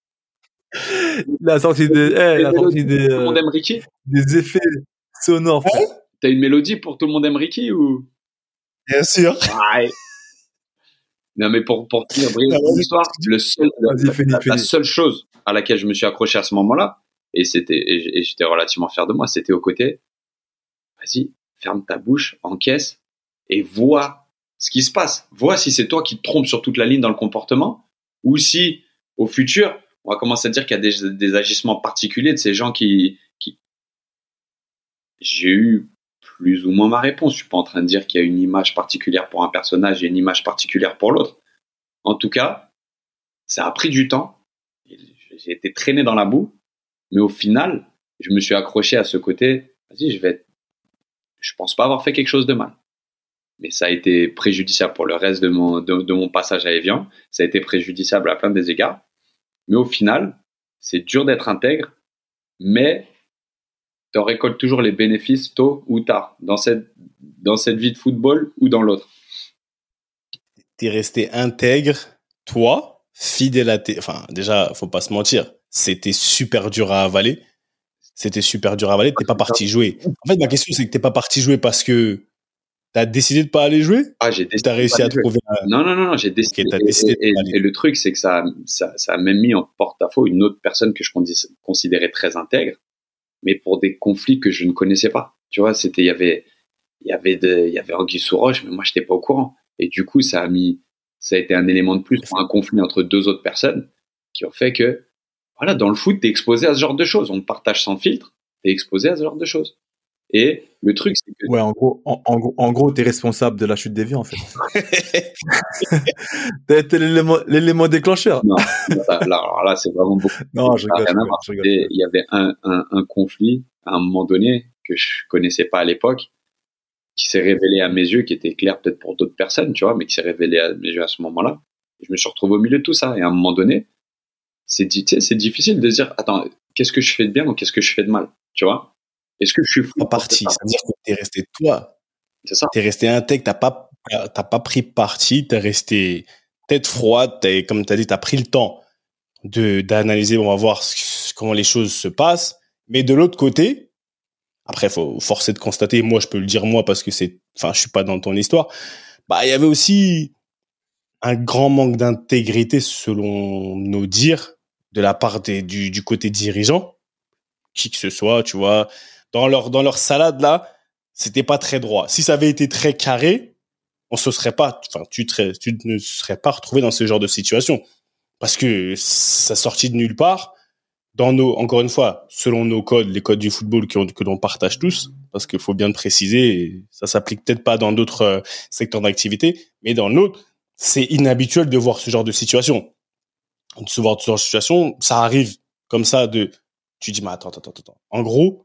La sortie des, eh, la sortie des, Tout le monde euh, aime Ricky? des effets sonores, frère. T'as une mélodie pour Tout le monde aime Ricky ou? Bien sûr. Ouais. Non, mais pour, pour finir Ah, brièvement vas-y. l'histoire, le seul, la, Vas-y, finis, la- la finis. seule chose à laquelle je me suis accroché à ce moment-là, et c'était, et j- et j'étais relativement fier de moi, c'était au côté, vas-y, ferme ta bouche, encaisse, et vois ce qui se passe. Vois si c'est toi qui te trompes sur toute la ligne dans le comportement, ou si, au futur, on va commencer à dire qu'il y a des, des agissements particuliers de ces gens qui, qui... J'ai eu plus ou moins ma réponse. Je suis pas en train de dire qu'il y a une image particulière pour un personnage et une image particulière pour l'autre. En tout cas, ça a pris du temps. J'ai été traîné dans la boue, mais au final, je me suis accroché à ce côté. Vas-y, je vais être... Je pense pas avoir fait quelque chose de mal. Mais ça a été préjudiciable pour le reste de mon, de, de mon passage à Evian. Ça a été préjudiciable à plein des égards. Mais au final, c'est dur d'être intègre, mais tu en récoltes toujours les bénéfices tôt ou tard, dans cette, dans cette vie de football ou dans l'autre. T'es resté intègre, toi, fidèle à tes... Enfin, déjà, faut pas se mentir, c'était super dur à avaler. C'était super dur à avaler, t'es pas parti jouer. En fait, ma question, c'est que t'es pas parti jouer parce que t'as décidé de pas aller jouer? Ah, j'ai décidé T'as réussi de pas à aller jouer. trouver un... Non, non, non, non, j'ai décidé. Ok, t'as et- décidé de et, pas et- aller. et le truc, c'est que ça, ça, ça a même mis en porte-à-faux une autre personne que je condis- considérais très intègre, mais pour des conflits que je ne connaissais pas. Tu vois, c'était, il y avait, il y avait de, il y avait Anguille sous roche, mais moi, j'étais pas au courant. Et du coup, ça a mis, ça a été un élément de plus pour un conflit entre deux autres personnes qui ont fait que, voilà, dans le foot, t'es exposé à ce genre de choses. On te partage sans filtre, t'es exposé à ce genre de choses. Et le truc, c'est que, Ouais, en gros, en, en gros, en gros, t'es responsable de la chute des vies, en fait. T'es, t'es l'élément, l'élément déclencheur. non, là, là, alors là, c'est vraiment beaucoup. Non, je Ça n'a rigole, je rien à rigole, voir. je rigole. Et il y avait un, un, un conflit à un moment donné que je connaissais pas à l'époque, qui s'est révélé à mes yeux, qui était clair peut-être pour d'autres personnes, tu vois, mais qui s'est révélé à mes yeux à ce moment-là. Et je me suis retrouvé au milieu de tout ça. Et à un moment donné, c'est, di- tu sais, c'est difficile de se dire, attends, qu'est-ce que je fais de bien ou qu'est-ce que je fais de mal, tu vois? Est-ce que je suis fou? Pas parti. Ça veut dire que t'es resté toi. C'est ça. T'es resté intègre, t'as pas, t'as pas pris parti, t'es resté tête froide, t'as, comme t'as dit, t'as pris le temps de, d'analyser, on va voir ce- comment les choses se passent. Mais de l'autre côté, après, faut forcer de constater, moi, je peux le dire moi parce que c'est, enfin, je suis pas dans ton histoire. Bah, il y avait aussi un grand manque d'intégrité, selon nos dires, de la part des, du, du côté dirigeant, qui que ce soit, tu vois, dans leur, dans leur salade là, c'était pas très droit. Si ça avait été très carré, on se serait pas, enfin, tu, te, tu ne serais pas retrouvé dans ce genre de situation. Parce que ça sortit de nulle part. Dans nos, encore une fois, selon nos codes, les codes du football que, que l'on partage tous, parce qu'il faut bien le préciser, et ça s'applique peut-être pas dans d'autres euh, secteurs d'activité, mais dans le nôtre, c'est inhabituel de voir ce genre de situation. De se voir ce genre de situation, ça arrive comme ça de, tu dis, mais attends, attends, attends, attends. En gros,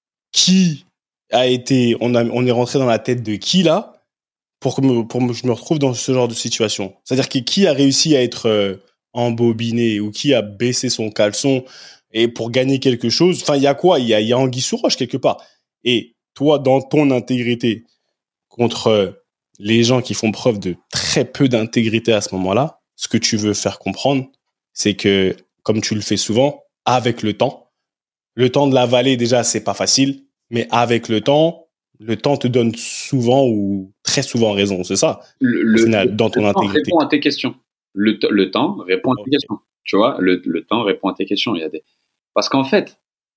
qui a été, on a, on est rentré dans la tête de qui là, pour que me, pour que je me retrouve dans ce genre de situation? C'est-à-dire que qui a réussi à être euh, embobiné ou qui a baissé son caleçon et pour gagner quelque chose? Enfin, il y a quoi? Il y a, il y a anguille sous roche quelque part. Et toi, dans ton intégrité, contre euh, les gens qui font preuve de très peu d'intégrité à ce moment-là, ce que tu veux faire comprendre, c'est que, comme tu le fais souvent, avec le temps, le temps de l'avaler, déjà, c'est pas facile, mais avec le temps, le temps te donne souvent ou très souvent raison, c'est ça, Le, au le, final, dans ton le temps intégrité. répond à tes questions. Le, t- le temps répond à tes Ok. questions. Tu vois, le, le temps répond à tes questions. Il y a des... Parce qu'en fait,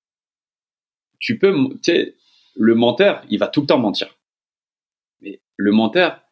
tu peux, tu sais, le menteur, il va tout le temps mentir. Mais le menteur,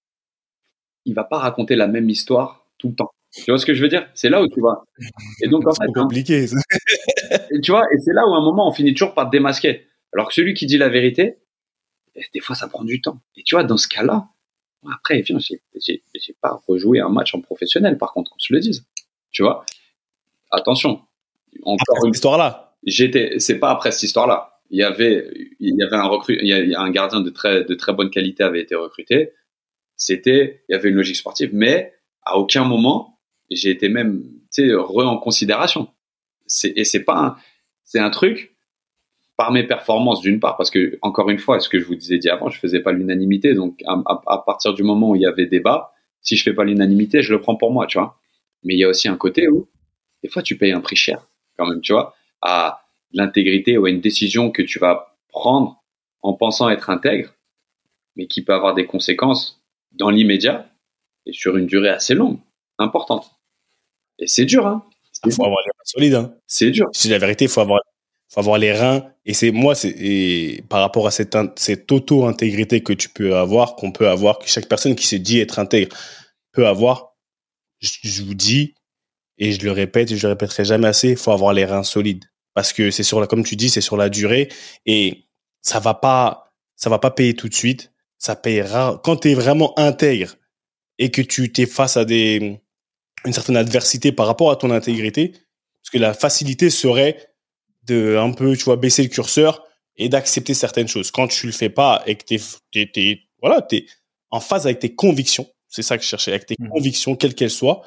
il va pas raconter la même histoire tout le temps. Tu vois ce que je veux dire? C'est là où tu vas. Et donc, en C'est fait, trop hein, compliqué. et tu vois, et c'est là où à un moment, on finit toujours par te démasquer. Alors que celui qui dit la vérité, des fois, ça prend du temps. Et tu vois, dans ce cas-là, après, viens, j'ai, j'ai, j'ai pas rejoué un match en professionnel, par contre, qu'on se le dise. Tu vois? Attention. Encore Après une cette histoire-là. J'étais, c'est pas après cette histoire-là. Il y avait, il y avait un recru, il y a, il y a un gardien de très, de très bonne qualité avait été recruté. C'était, il y avait une logique sportive, mais à aucun moment, j'ai été même, tu sais, re en considération. C'est, et c'est pas un, c'est un truc, par mes performances d'une part, parce que, encore une fois, ce que je vous disais dit avant, je faisais pas l'unanimité, donc, à, à, à partir du moment où il y avait débat, Si je fais pas l'unanimité, je le prends pour moi, tu vois. Mais il y a aussi un côté où, des fois, tu payes un prix cher, quand même, tu vois, à l'intégrité ou à une décision que tu vas prendre en pensant être intègre, mais qui peut avoir des conséquences dans l'immédiat et sur une durée assez longue, importante. Et c'est dur, hein. Il faut avoir les reins solides, hein. C'est dur. C'est la vérité, il faut avoir, faut avoir les reins. Et c'est moi, c'est et par rapport à cette, cette auto-intégrité que tu peux avoir, qu'on peut avoir, que chaque personne qui se dit être intègre peut avoir, je, je vous dis, et je le répète, et je le répéterai jamais assez, il faut avoir les reins solides. Parce que c'est sur la, comme tu dis, c'est sur la durée, et ça va pas, ça va pas payer tout de suite. Ça payera quand tu es vraiment intègre et que tu t'es face à des, une certaine adversité par rapport à ton intégrité. Parce que la facilité serait de un peu, tu vois, baisser le curseur et d'accepter certaines choses. Quand tu le fais pas et que t'es, t'es, t'es, voilà, t'es en phase avec tes convictions, c'est ça que je cherchais, avec tes mmh. convictions, quelles qu'elles soient,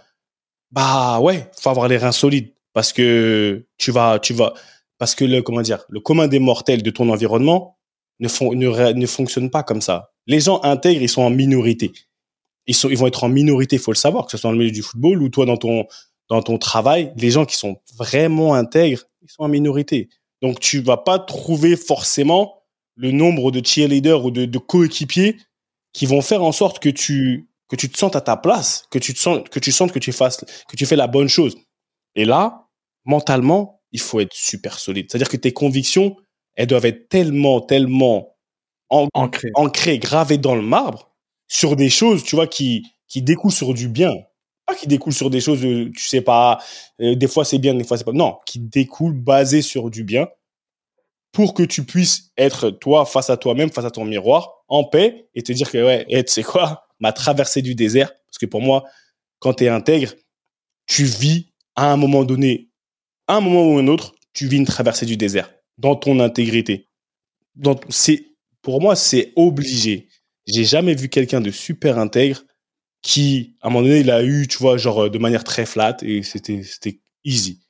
bah ouais, faut avoir les reins solides parce que tu vas, tu vas, parce que le, comment dire, le commun des mortels de ton environnement ne font, ne, ne fonctionne pas comme ça. Les gens intègres, ils sont en minorité. Ils sont, ils vont être en minorité, il faut le savoir, que ce soit dans le milieu du football ou toi dans ton, dans ton travail, les gens qui sont vraiment intègres, ils sont en minorité. Donc, tu vas pas trouver forcément le nombre de cheerleaders ou de, de coéquipiers qui vont faire en sorte que tu, que tu te sentes à ta place, que tu te sens, que tu sentes que tu fasses, que tu fais la bonne chose. Et là, mentalement, il faut être super solide. C'est-à-dire que tes convictions, elles doivent être tellement, tellement en, ancrées, ancrées, gravées dans le marbre sur des choses, tu vois, qui, qui découlent sur du bien. Pas qui découlent sur des choses, tu sais pas, euh, des fois c'est bien, des fois c'est pas. Non, qui découlent basées sur du bien pour que tu puisses être toi face à toi-même, face à ton miroir, en paix et te dire que ouais, hey, tu sais quoi, ma traversée du désert, parce que pour moi, quand tu es intègre, tu vis à un moment donné, à un moment ou un autre, tu vis une traversée du désert dans ton intégrité. Donc c'est, pour moi, c'est obligé. J'ai jamais vu quelqu'un de super intègre qui, à un moment donné, il a eu, tu vois, genre de manière très flat et c'était, c'était easy.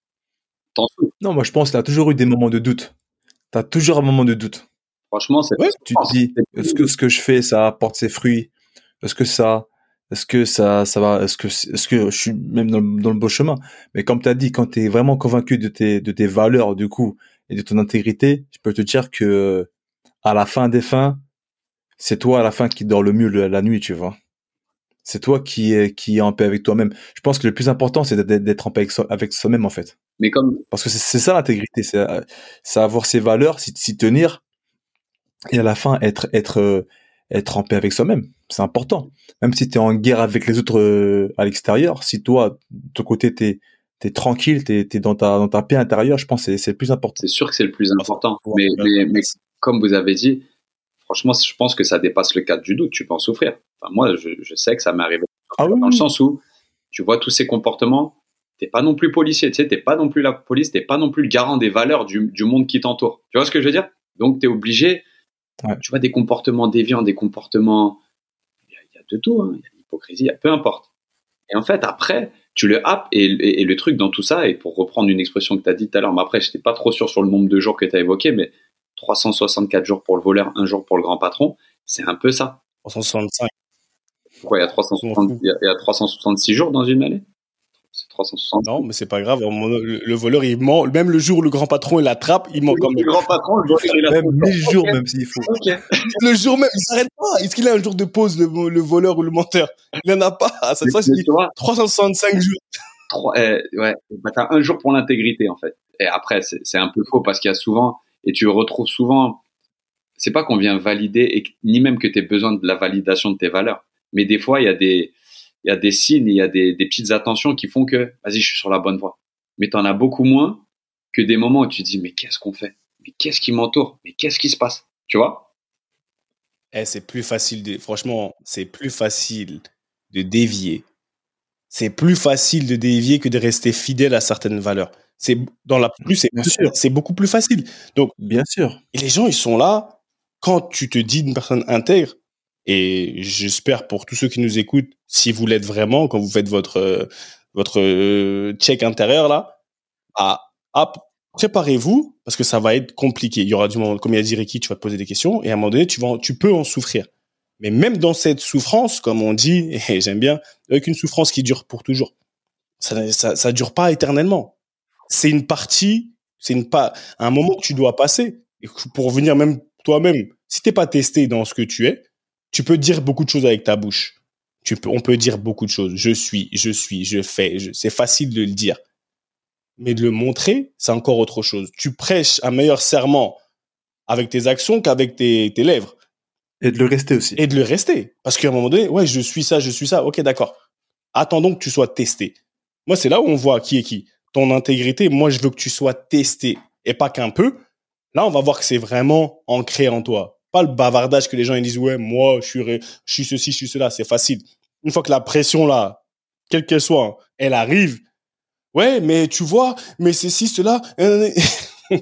Non, moi je pense qu'il a toujours eu des moments de doute. Tu as toujours un moment de doute. Franchement, c'est ouais, tu te dis, est-ce que ce que je fais, ça apporte ses fruits? Est-ce que ça, est-ce que ça, ça va, est-ce que, est-ce que je suis même dans le, dans le bon chemin? Mais comme tu as dit, quand tu es vraiment convaincu de tes, de tes valeurs, du coup, et de ton intégrité, je peux te dire que, à la fin des fins, c'est toi à la fin qui dors le mieux la nuit, tu vois. C'est toi qui est, qui est en paix avec toi-même. Je pense que le plus important, c'est d'être, d'être en paix avec, so, avec soi-même, en fait. Mais comme... Parce que c'est, c'est ça l'intégrité, c'est, c'est avoir ses valeurs, s'y, s'y tenir, et à la fin, être, être, être en paix avec soi-même. C'est important. Même si tu es en guerre avec les autres euh, à l'extérieur, si toi, de ton côté, t'es, t'es tranquille, t'es, t'es dans ta, dans ta paix intérieure, je pense que c'est, c'est le plus important. C'est sûr que c'est le plus important. Mais, mais, mais comme vous avez dit, franchement, je pense que ça dépasse le cadre du doute. Tu peux en souffrir. Enfin, moi, je, je sais que ça m'est arrivé. Ah oui, dans le sens où tu vois tous ces comportements, t'es pas non plus policier, tu sais, t'es pas non plus la police, t'es pas non plus le garant des valeurs du, du monde qui t'entoure. Tu vois ce que je veux dire? Donc, t'es obligé, ouais. Tu vois, des comportements déviants, des comportements, il y, y a de tout, hein. Il y a l'hypocrisie, il y a peu importe. Et en fait, après, tu le happes et, et, et le truc dans tout ça, et pour reprendre une expression que t'as dit tout à l'heure, mais après, j'étais pas trop sûr sur le nombre de jours que t'as évoqué, mais trois cent soixante-quatre jours pour le voleur, un jour pour le grand patron, c'est un peu ça. trois cent soixante-cinq. Pourquoi il y a trois cent soixante, il y a trois cent soixante-six jours dans une année? C'est trois cent soixante. Non, mais c'est pas grave. Le, le voleur, il ment. Même le jour où le grand patron il l'attrape, il ment comme le grand patron. Le voleur, il même mille jours, okay. Même s'il faut. Okay. Le jour même, il s'arrête pas. Est-ce qu'il a un jour de pause, le, le voleur ou le menteur? Il en a pas. Ça, ça c'est trois cent soixante-cinq jours. trois, euh, ouais. Bah, t'as un jour pour l'intégrité, en fait. Et après, c'est, c'est un peu faux parce qu'il y a souvent, et tu retrouves souvent, c'est pas qu'on vient valider, et ni même que t'aies besoin de la validation de tes valeurs. Mais des fois, il y a des, il y a des signes, il y a des, des petites attentions qui font que, vas-y, je suis sur la bonne voie. Mais t'en as beaucoup moins que des moments où tu te dis, mais qu'est-ce qu'on fait? Mais qu'est-ce qui m'entoure? Mais qu'est-ce qui se passe? Tu vois? Eh, c'est plus facile de, franchement, c'est plus facile de dévier. C'est plus facile de dévier que de rester fidèle à certaines valeurs. C'est, dans la plus, c'est, plus, c'est beaucoup plus facile. Donc, bien sûr. Et les gens, ils sont là, quand tu te dis une personne intègre, et j'espère pour tous ceux qui nous écoutent, si vous l'êtes vraiment, quand vous faites votre euh, votre euh, check intérieur là, à, à préparez-vous parce que ça va être compliqué. Il y aura du moment, comme il a dit Ricky, tu vas te poser des questions et à un moment donné, tu vas, tu peux en souffrir. Mais même dans cette souffrance, comme on dit, et j'aime bien, avec une souffrance qui dure pour toujours. Ça, ça, ça dure pas éternellement. C'est une partie, c'est une pas, un moment que tu dois passer. Et pour venir même toi-même, si t'es pas testé dans ce que tu es, tu peux dire beaucoup de choses avec ta bouche. Tu peux, on peut dire beaucoup de choses. Je suis, je suis, je fais. Je, c'est facile de le dire. Mais de le montrer, c'est encore autre chose. Tu prêches un meilleur serment avec tes actions qu'avec tes, tes lèvres. Et de le rester aussi. Et de le rester. Parce qu'à un moment donné, ouais, je suis ça, je suis ça. Ok, d'accord. Attendons que tu sois testé. Moi, c'est là où on voit qui est qui. Ton intégrité, moi, je veux que tu sois testé. Et pas qu'un peu. Là, on va voir que c'est vraiment ancré en toi. Pas le bavardage que les gens ils disent, ouais, moi, je suis, ré... je suis ceci, je suis cela. C'est facile. Une fois que la pression, là, quelle qu'elle soit, hein, elle arrive. Ouais, mais tu vois, mais c'est ci, cela. Je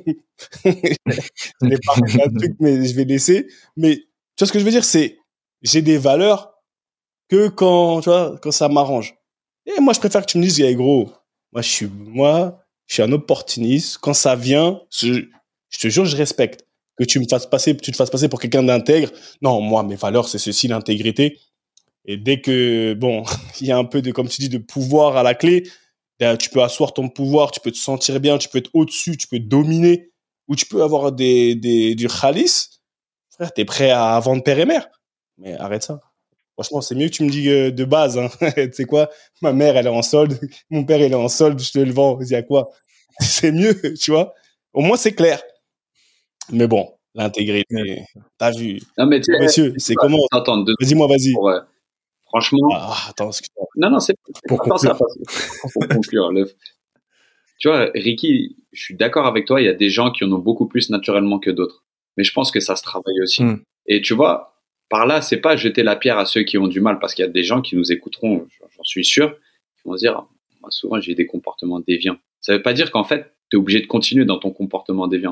n'ai pas un truc, mais je vais laisser. Mais tu vois ce que je veux dire, c'est j'ai des valeurs que quand tu vois quand ça m'arrange. Et moi, je préfère que tu me dises, hey, gros, moi je suis moi, je suis un opportuniste. Quand ça vient, je, je te jure, je respecte. Que tu me fasses passer, tu te fasses passer pour quelqu'un d'intègre. Non, moi, mes valeurs, c'est ceci, l'intégrité. Et dès que bon, il y a un peu de, comme tu dis, de pouvoir à la clé. Tu peux asseoir ton pouvoir, tu peux te sentir bien, tu peux être au-dessus, tu peux dominer, ou tu peux avoir des, des, du khalis. Frère, t'es prêt à vendre père et mère. Mais arrête ça. Franchement, c'est mieux que tu me dis de base. Hein. Tu sais quoi, ma mère, elle est en solde, mon père, il est en solde, je te le vends. Il y a quoi? C'est mieux, tu vois. Au moins, c'est clair. Mais bon, l'intégrité, t'as vu. Non, mais tu sais, monsieur, c'est pas, comment? Attends, vas-y, moi, vas-y. Pour, euh, franchement. Ah, attends, excuse-moi. Non, non, c'est pour pas ça. Pour conclure. Le... Tu vois, Ricky, je suis d'accord avec toi. Il y a des gens qui en ont beaucoup plus naturellement que d'autres. Mais je pense que ça se travaille aussi. Mm. Et tu vois, par là, c'est pas jeter la pierre à ceux qui ont du mal, parce qu'il y a des gens qui nous écouteront, j'en suis sûr, qui vont se dire, moi, souvent, j'ai des comportements déviants. Ça veut pas dire qu'en fait, tu es obligé de continuer dans ton comportement déviant.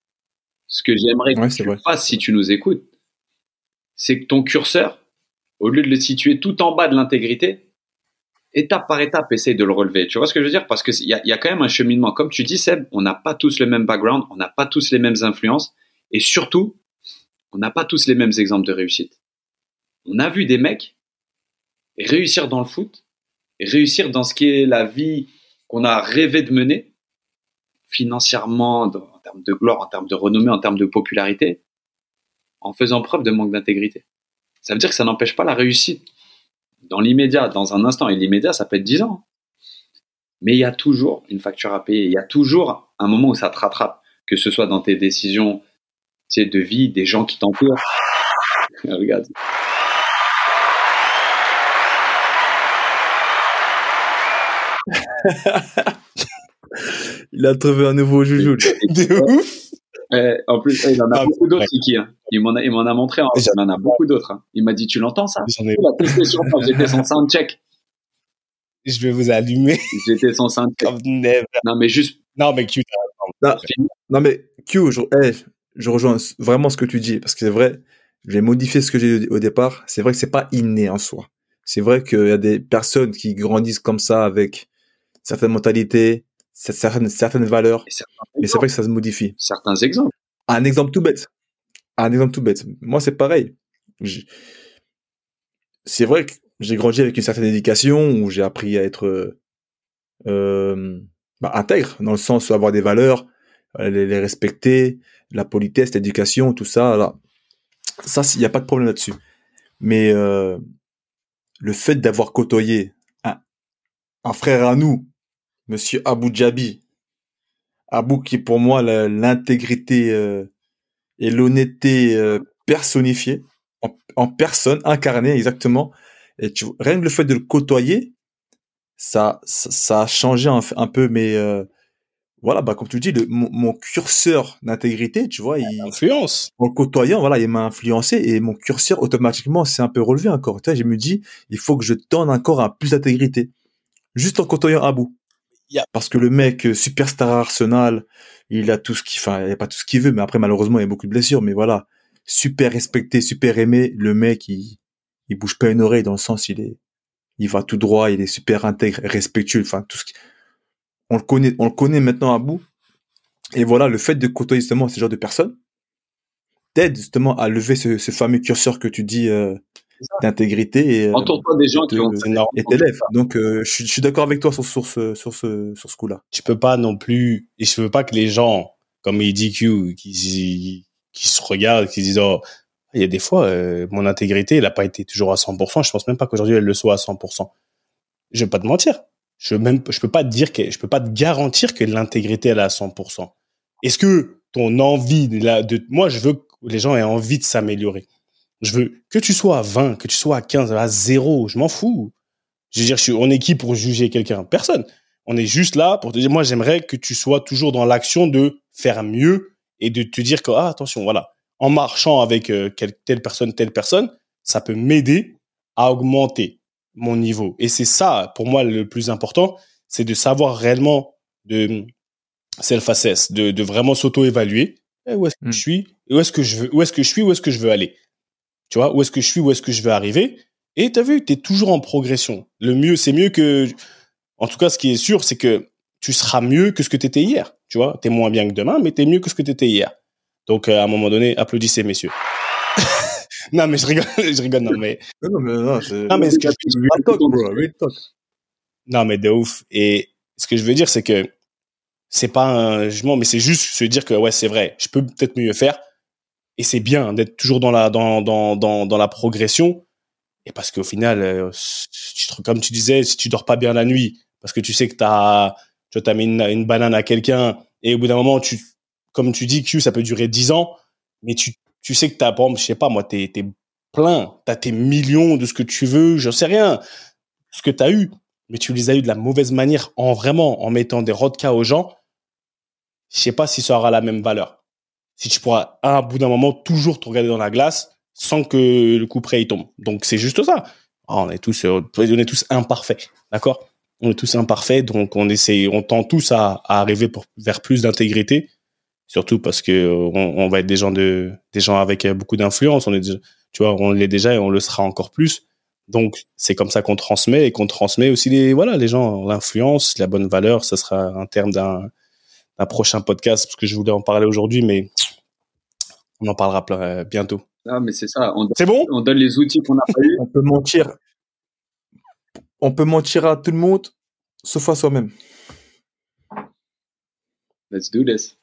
Ce que j'aimerais ouais, que tu vrai. fasses si tu nous écoutes, c'est que ton curseur, au lieu de le situer tout en bas de l'intégrité, étape par étape, essaye de le relever. Tu vois ce que je veux dire? Parce qu'il y a, y a quand même un cheminement. Comme tu dis, Seb, on n'a pas tous le même background, on n'a pas tous les mêmes influences, et surtout, on n'a pas tous les mêmes exemples de réussite. On a vu des mecs réussir dans le foot, réussir dans ce qui est la vie qu'on a rêvé de mener, financièrement, en termes de gloire, en termes de renommée, en termes de popularité, en faisant preuve de manque d'intégrité. Ça veut dire que ça n'empêche pas la réussite dans l'immédiat, dans un instant. Et l'immédiat, ça peut être dix ans. Mais il y a toujours une facture à payer. Il y a toujours un moment où ça te rattrape, que ce soit dans tes décisions, tu sais, de vie, des gens qui t'entourent. Regarde. Il a trouvé un nouveau joujou. De ouf. Euh, en plus, il en a ah, beaucoup d'autres, Kiki. Hein. Il m'en a, il m'en a montré. Hein. Il en a beaucoup d'autres. Hein. Il m'a dit, tu l'entends ça? J'en ai... testé sur moi. J'étais son soundcheck. Je vais vous allumer. J'étais son soundcheck. Non, mais juste. Non, mais Q. Non, non mais Q, je, hey, je rejoins vraiment ce que tu dis, parce que c'est vrai. Je vais modifier ce que j'ai dit au départ. C'est vrai que c'est pas inné en soi. C'est vrai qu'il y a des personnes qui grandissent comme ça avec certaines mentalités, certaines, certaines valeurs, mais c'est vrai que ça se modifie. Certains exemples. Un exemple tout bête. Un exemple tout bête. Moi, c'est pareil. J'ai... C'est vrai que j'ai grandi avec une certaine éducation où j'ai appris à être euh, bah, intègre, dans le sens où avoir des valeurs, les, les respecter, la politesse, l'éducation, tout ça. Là. Ça, il n'y a pas de problème là-dessus. Mais euh, le fait d'avoir côtoyé un, un frère à nous, Monsieur Abou Djabi, Abou qui est pour moi la, l'intégrité euh, et l'honnêteté euh, personnifiée, en, en personne, incarnée exactement. Et tu, rien que le fait de le côtoyer, ça, ça, ça a changé un, un peu mes... Euh, voilà, bah comme tu le dis, le, mon, mon curseur d'intégrité, tu vois, il influence. En le côtoyant, voilà, il m'a influencé et mon curseur automatiquement s'est un peu relevé encore. Tu vois, je me dis, il faut que je tende encore à plus d'intégrité, juste en côtoyant Abou. Yeah. Parce que le mec, superstar Arsenal, il a tout ce qu'il, enfin, il a pas tout ce qu'il veut, mais après, malheureusement, il y a beaucoup de blessures, mais voilà. Super respecté, super aimé. Le mec, il, il bouge pas une oreille dans le sens, il est, il va tout droit, il est super intègre, respectueux, enfin, tout ce qui, on le connaît, on le connaît maintenant à bout. Et voilà, le fait de côtoyer justement ce genre de personnes, t'aide justement à lever ce, ce fameux curseur que tu dis euh, d'intégrité et entoure-toi des gens et te- qui ont et t'élèves. Donc, euh, je suis je suis d'accord avec toi sur, sur ce sur ce sur ce coup-là. Tu peux pas non plus, et je veux pas que les gens, comme il dit Q, qui, qui se regardent, qui disent, oh, il y a des fois, euh, mon intégrité, elle a pas été toujours à cent pour cent. Je pense même pas qu'aujourd'hui, elle le soit à cent pour cent. Je vais pas te mentir. Je même, je peux pas te dire que, je peux pas te garantir que l'intégrité, elle est à cent pour cent. Est-ce que ton envie de, la, de, moi, je veux que les gens aient envie de s'améliorer. Je veux que tu sois à vingt, que tu sois à quinze, à zéro, je m'en fous. Je veux dire, je suis, on est qui pour juger quelqu'un? Personne. On est juste là pour te dire, moi, j'aimerais que tu sois toujours dans l'action de faire mieux et de te dire que, ah, attention, voilà, en marchant avec euh, quelle, telle personne, telle personne, ça peut m'aider à augmenter mon niveau. Et c'est ça, pour moi, le plus important, c'est de savoir réellement de self-assess, de, de vraiment s'auto-évaluer. Et où est-ce que Mm. je suis? Où est-ce que je veux, où est-ce que je suis? Où est-ce que je veux aller? Tu vois, où est-ce que je suis? Où est-ce que je veux arriver? Et t'as vu, t'es toujours en progression. Le mieux, c'est mieux que, en tout cas, ce qui est sûr, c'est que tu seras mieux que ce que t'étais hier. Tu vois, t'es moins bien que demain, mais t'es mieux que ce que t'étais hier. Donc, euh, à un moment donné, applaudissez, messieurs. Non, mais je rigole, je rigole, non, mais, Non, non, mais non, c'est non, mais ce que je, real talk, bro, real talk. non, mais de ouf. Et ce que je veux dire, c'est que c'est pas un jugement, mais c'est juste se dire que, ouais, c'est vrai, je peux peut-être mieux faire. Et c'est bien d'être toujours dans la, dans, dans, dans, dans la progression. Et parce qu'au final, euh, tu, comme tu disais, si tu dors pas bien la nuit, parce que tu sais que t'as, tu vois, t'as mis une, une banane à quelqu'un, et au bout d'un moment, tu, comme tu dis, Q, ça peut durer dix ans, mais tu, tu sais que t'as, par exemple, je sais pas, moi, t'es, t'es plein, t'as tes millions de ce que tu veux, j'en sais rien, ce que t'as eu, mais tu les as eu de la mauvaise manière, en vraiment, en mettant des rodkas aux gens, je sais pas si ça aura la même valeur. Si tu pourras, à bout d'un moment, toujours te regarder dans la glace, sans que le coup près il tombe. Donc c'est juste ça. Oh, on est tous, on est tous imparfaits, d'accord? On est tous imparfaits, donc on essaie, on tend tous à, à arriver pour, vers plus d'intégrité, surtout parce que on, on va être des gens de, des gens avec beaucoup d'influence. On est, tu vois, on l'est déjà et on le sera encore plus. Donc c'est comme ça qu'on transmet et qu'on transmet aussi les, voilà, les gens, l'influence, la bonne valeur. Ça sera un terme d'un, d'un prochain podcast parce que je voulais en parler aujourd'hui, mais on en parlera euh, bientôt. Ah, mais c'est ça. On donne, C'est bon? on donne les outils qu'on n'a pas eu. On peut mentir. On peut mentir à tout le monde, sauf à soi-même. Let's do this.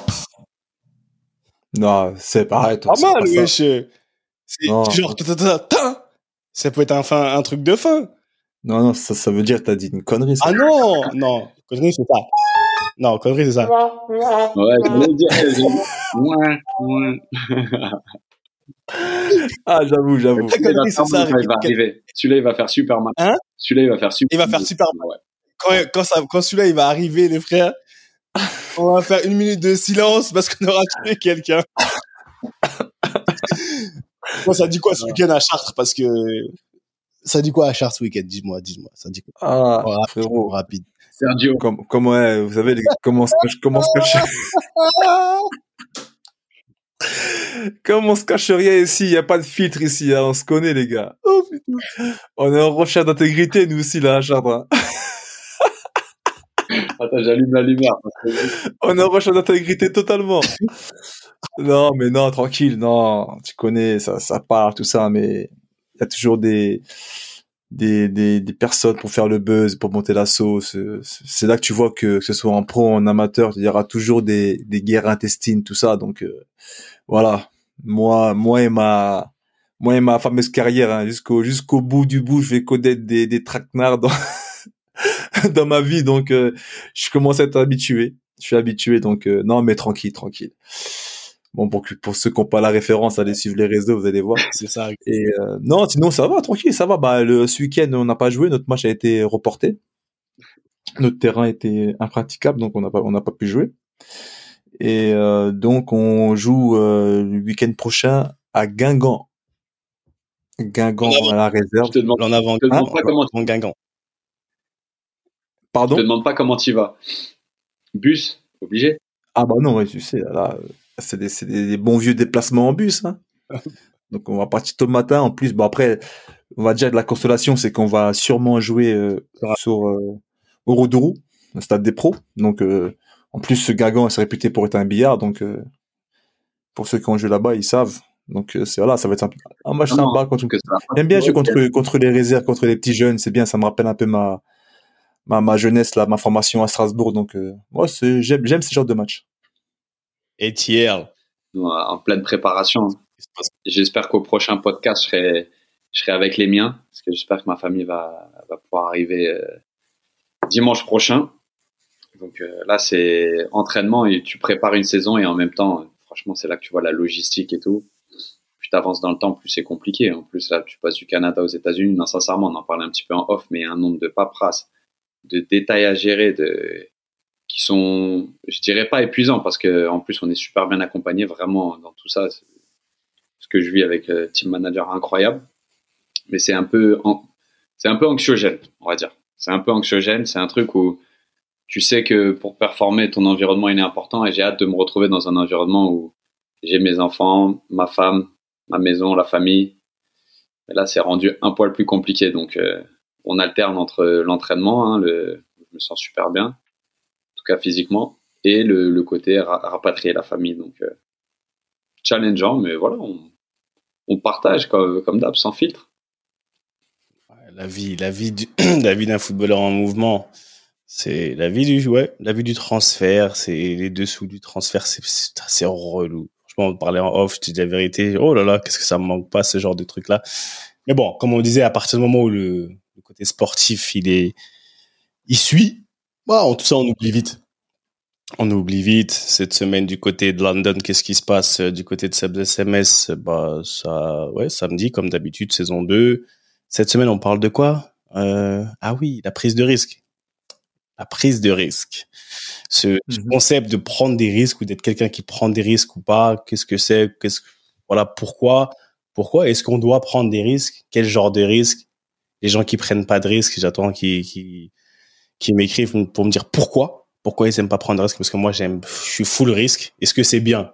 Non, c'est pareil. Pas mal, wesh. C'est Non. genre, ta, ta, ta, ta. Ça peut être un, fin, un truc de fin. Non, non, ça, ça veut dire que t'as dit une connerie. Ça. Ah non, non, connerie, c'est ça. Non, connerie, c'est ça. Ouais, j'allais dire. Ouais, ouais. Ah, j'avoue, j'avoue. Celui-là, il va, c'est ça, il va arriver. Celui-là, il va faire super mal. Hein? Celui-là, il va faire super Il va faire super mal. Ouais. Quand, quand, ça, quand celui-là, il va arriver, les frères, on va faire une minute de silence parce qu'on aura tué quelqu'un. Moi, ça dit quoi ce week-end à Chartres? Parce que ça dit quoi à Chartres ce week-end? Dis-moi, dis-moi. Ça dit quoi? Ah, oh, rapide, frérot. Rapide. Sergio. Comme, comme ouais, vous savez, les, comment se cache, comment se cache, comment on se cache rien ici, il n'y a pas de filtre ici, hein, on se connaît, les gars. Oh, putain. On est en recherche d'intégrité, nous aussi, là, à Chartres. Hein. Attends, j'allume la lumière. Parce que... On est en recherche d'intégrité totalement. Non, mais non, tranquille, non, tu connais, ça, ça part, tout ça, mais il y a toujours des, des, des, des personnes pour faire le buzz, pour monter la sauce. C'est là que tu vois que, que ce soit en pro ou en amateur, il y aura toujours des, des guerres intestines, tout ça. Donc, euh, voilà. Moi, moi et ma, moi et ma fameuse carrière, hein, jusqu'au, jusqu'au bout du bout, je vais connaître des, des traquenards dans, dans ma vie. Donc, euh, je commence à être habitué. Je suis habitué, donc, euh, non, mais tranquille, tranquille. Bon, pour, pour ceux qui n'ont pas la référence, allez suivre les réseaux, vous allez voir. C'est ça. Et euh, non, sinon ça va, tranquille, ça va. Bah, le, ce week-end, on n'a pas joué, notre match a été reporté. Notre terrain était impraticable, donc on n'a pas, on n'a pas pu jouer. Et euh, donc on joue euh, le week-end prochain à Guingamp. Guingamp à la réserve. Je te demande, en avant, je te demande hein, pas comment. En Guingamp. Pardon. Je te demande pas comment tu vas. Bus, obligé. Ah bah non, ouais, tu sais, là, c'est des, c'est des, des bons vieux déplacements en bus. Hein. Donc on va partir tôt le matin. En plus, bon après, on va dire de la consolation, c'est qu'on va sûrement jouer euh, sur euh, au Rodourou, le stade des pros. Donc euh, en plus, ce Guingamp est réputé pour être un billard, donc euh, pour ceux qui ont joué là-bas, ils savent. Donc euh, c'est voilà, ça va être un, un match Non, sympa non, contre. que ça va pas J'aime bien se jouer jouer. contre contre les réserves, contre les petits jeunes. C'est bien, ça me rappelle un peu ma ma, ma jeunesse là, ma formation à Strasbourg. Donc euh, moi, c'est j'aime j'aime ce genre de match. Et T L. En pleine préparation. J'espère qu'au prochain podcast, je serai, je serai avec les miens, parce que j'espère que ma famille va, va pouvoir arriver euh, dimanche prochain. Donc euh, là, c'est entraînement et tu prépares une saison et en même temps, euh, franchement, c'est là que tu vois la logistique et tout. Plus tu avances dans le temps, plus c'est compliqué. En plus, là, tu passes du Canada aux États-Unis. Non, sincèrement, on en parlait un petit peu en off, mais il y a un nombre de paperasses, de détails à gérer, de qui sont, je dirais pas épuisants, parce que en plus, on est super bien accompagné vraiment dans tout ça. C'est ce que je vis avec le team manager incroyable. Mais c'est un peu, c'est un peu anxiogène, on va dire. C'est un peu anxiogène. C'est un truc où tu sais que pour performer, ton environnement il est important et j'ai hâte de me retrouver dans un environnement où j'ai mes enfants, ma femme, ma maison, la famille. Et là, c'est rendu un poil plus compliqué. Donc, euh, on alterne entre l'entraînement, hein, le, je me sens super bien, en tout cas physiquement, et le, le côté ra- rapatrier la famille. Donc, euh, challengeant, mais voilà, on, on partage comme, comme d'hab, sans filtre. La vie, la vie, du, la vie d'un footballeur en mouvement, c'est la vie du, ouais, la vie du transfert, c'est les dessous du transfert, c'est, c'est assez relou. Franchement, on parlait en off, je te dis la vérité. Oh là là, qu'est-ce que ça me manque pas, ce genre de truc-là. Mais bon, comme on disait, à partir du moment où le, le côté sportif, il est, il suit, bah, en tout ça, on oublie vite. On oublie vite. Cette semaine, du côté de London, qu'est-ce qui se passe du côté de Seb S M S? Bah, ça, ouais, samedi, comme d'habitude, saison deux. Cette semaine, on parle de quoi? euh, Ah oui, la prise de risque. La prise de risque. Ce, mm-hmm. ce concept de prendre des risques ou d'être quelqu'un qui prend des risques ou pas, qu'est-ce que c'est? Qu'est-ce, voilà, pourquoi? Pourquoi est-ce qu'on doit prendre des risques? Quel genre de risque? Les gens qui prennent pas de risques, j'attends qu'ils, qu'ils, qu'ils m'écrivent pour me dire pourquoi. Pourquoi ils aiment pas prendre de risques? Parce que moi, j'aime, je suis full risque. Est-ce que c'est bien?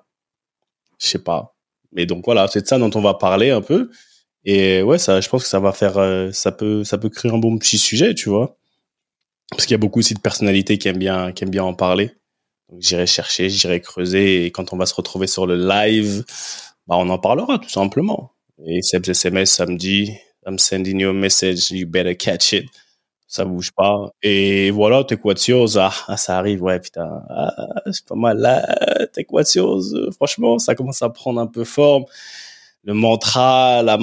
Je sais pas. Mais donc voilà, c'est de ça dont on va parler un peu. Et ouais, ça, je pense que ça va faire, euh, ça peut, ça peut créer un bon petit sujet, tu vois. Parce qu'il y a beaucoup aussi de personnalités qui aiment bien, qui aiment bien en parler. Donc j'irai chercher, j'irai creuser, et quand on va se retrouver sur le live, bah on en parlera tout simplement. Et Seb's S M S samedi, I'm sending you a message, you better catch it. Ça bouge pas. Et voilà, Tequatios, ah, ça arrive, ouais, putain, ah, c'est pas mal là, Tequatios, franchement, ça commence à prendre un peu forme. Le mantra, la,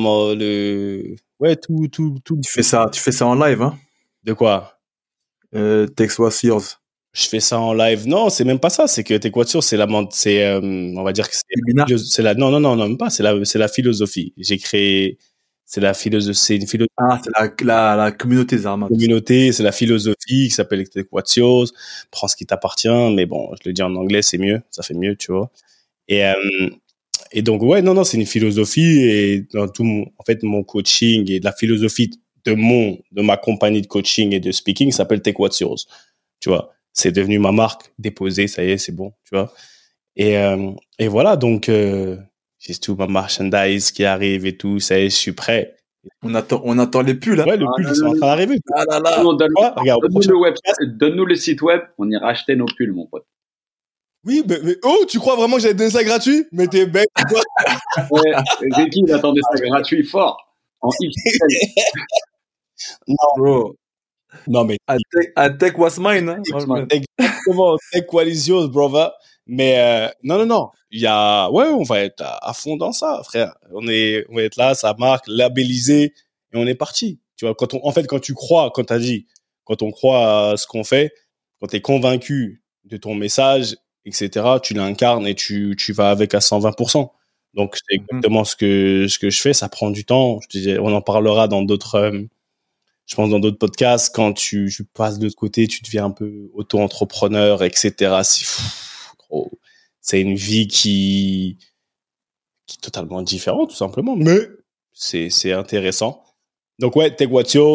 le, ouais, tout, tout, tout. Tu fais ça, tu fais ça en live, hein? De quoi? Euh, Tequatios. Je fais ça en live. Non, c'est même pas ça. C'est que Tequatios, c'est la, c'est, euh, on va dire que c'est, c'est la, non, non, non, non, même pas. C'est la, c'est la philosophie. J'ai créé, c'est la philosophie, c'est une philosophie. Ah, c'est la, la, la communauté Zarma. Communauté, c'est la philosophie qui s'appelle Tequatios. Prends ce qui t'appartient. Mais bon, je le dis en anglais, c'est mieux. Ça fait mieux, tu vois. Et, euh, et donc, ouais, non, non, c'est une philosophie et dans tout mon, en fait, mon coaching et la philosophie de mon, de ma compagnie de coaching et de speaking s'appelle Tequatios. Tu vois. C'est devenu ma marque déposée, ça y est, c'est bon, tu vois. Et, euh, et voilà, donc, euh, j'ai tout ma merchandise qui arrive et tout, ça y est, je suis prêt. On attend, on attend les pulls, hein. Ouais, le pull, ah, ils sont en train d'arriver. Ah là là. Non, donne, ouais, regarde, donne-nous le website, donne-nous le site web, on ira acheter nos pulls, mon pote. Oui, mais, mais oh, tu crois vraiment que j'allais donner ça gratuit? Mais t'es bête, quoi. Ouais, Zeki, il attendait ça gratuit fort. En X L. Non, bro. Non, mais. A tech was mine, hein. Exactement. Tech Coalitions, brother. Mais, euh, non, non, non. Il y a, ouais, on va être à, à fond dans ça, frère. On est, on va être là, ça marque, labellisé, et on est parti. Tu vois, quand on, en fait, quand tu crois, quand t'as dit, quand on croit à ce qu'on fait, quand t'es convaincu de ton message, et cetera, tu l'incarnes et tu, tu vas avec à cent vingt pour cent. Donc, c'est exactement mm-hmm. ce que, ce que je fais. Ça prend du temps. Je te dis, on en parlera dans d'autres, euh, je pense dans d'autres podcasts, quand tu, tu passes de l'autre côté, tu deviens un peu auto-entrepreneur, et cetera. C'est, pff, gros, c'est une vie qui, qui est totalement différente, tout simplement. Mais c'est, c'est intéressant. Donc, ouais, Tequatios,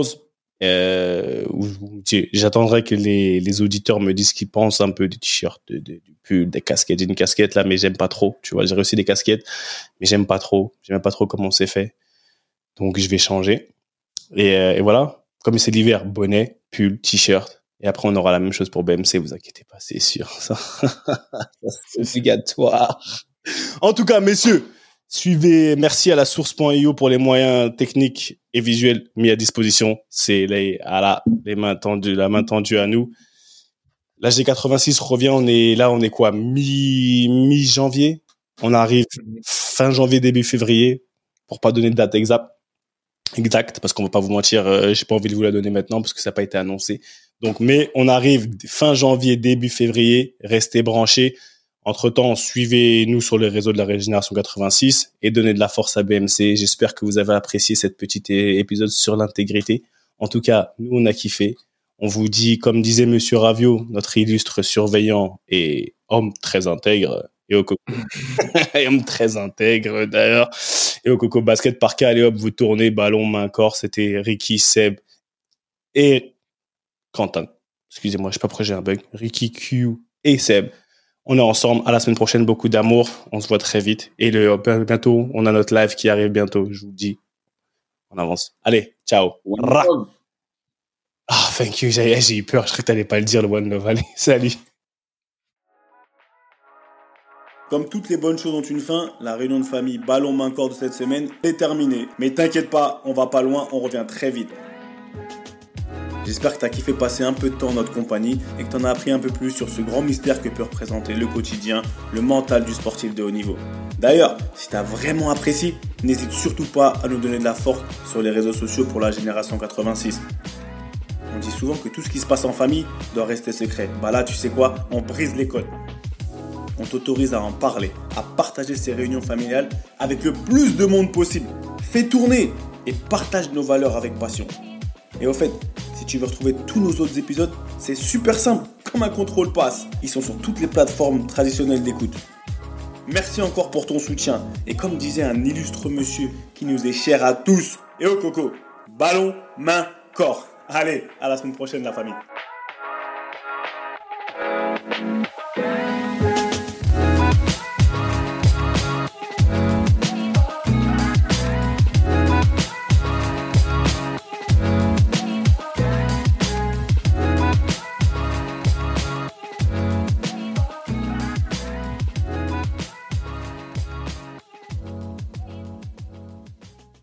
euh, j'attendrai que les, les auditeurs me disent ce qu'ils pensent un peu des t-shirts, de, de, du pull, des casquettes. J'ai une casquette là, mais j'aime pas trop. Tu vois, j'ai reçu des casquettes, mais j'aime pas trop. J'aime pas trop comment c'est fait. Donc, je vais changer. Et, euh, et voilà, comme c'est l'hiver, bonnet, pull, t-shirt. Et après, on aura la même chose pour B M C, vous inquiétez pas, c'est sûr. Ça, c'est obligatoire. En tout cas, messieurs, suivez, merci à la source point i o pour les moyens techniques et visuels mis à disposition. C'est les, à la, les mains tendues, la main tendue à nous. La G quatre-vingt-six revient, on est là, on est quoi, mi, mi-janvier? On arrive fin janvier, début février, pour pas donner de date exacte, exact, parce qu'on va pas vous mentir, euh, j'ai pas envie de vous la donner maintenant parce que ça n'a pas été annoncé. Donc, mais on arrive fin janvier, début février, restez branchés. Entre-temps, suivez-nous sur les réseaux de la Génération quatre-vingt-six et donnez de la force à B M C. J'espère que vous avez apprécié cette petite épisode sur l'intégrité. En tout cas, nous, on a kiffé. On vous dit, comme disait Monsieur Ravio, notre illustre surveillant et homme très intègre, et au coco, homme très intègre d'ailleurs, et au coco basket, par cas, allez hop, vous tournez, ballon, main, corps. C'était Ricky, Seb et Quentin. Excusez-moi, je sais pas pourquoi j'ai un bug. Ricky, Q et Seb. On est ensemble. À la semaine prochaine. Beaucoup d'amour. On se voit très vite. Et le, bientôt, on a notre live qui arrive bientôt. Je vous dis. On avance. Allez. Ciao. Ah, oh, thank you. J'ai, j'ai eu peur. Je croyais que t'allais pas le dire, le One Love. Allez. Salut. Comme toutes les bonnes choses ont une fin, la réunion de famille ballon main corps de cette semaine est terminée. Mais t'inquiète pas, on va pas loin. On revient très vite. J'espère que tu as kiffé passer un peu de temps en notre compagnie et que tu en as appris un peu plus sur ce grand mystère que peut représenter le quotidien, le mental du sportif de haut niveau. D'ailleurs, si tu as vraiment apprécié, n'hésite surtout pas à nous donner de la force sur les réseaux sociaux pour la Génération quatre-vingt-six. On dit souvent que tout ce qui se passe en famille doit rester secret. Bah là, tu sais quoi ? On brise les codes. On t'autorise à en parler, à partager ces réunions familiales avec le plus de monde possible. Fais tourner et partage nos valeurs avec passion. Et au fait, si tu veux retrouver tous nos autres épisodes, c'est super simple, comme un contrôle passe. Ils sont sur toutes les plateformes traditionnelles d'écoute. Merci encore pour ton soutien. Et comme disait un illustre monsieur qui nous est cher à tous, et au coco, ballon, main, corps. Allez, à la semaine prochaine la famille.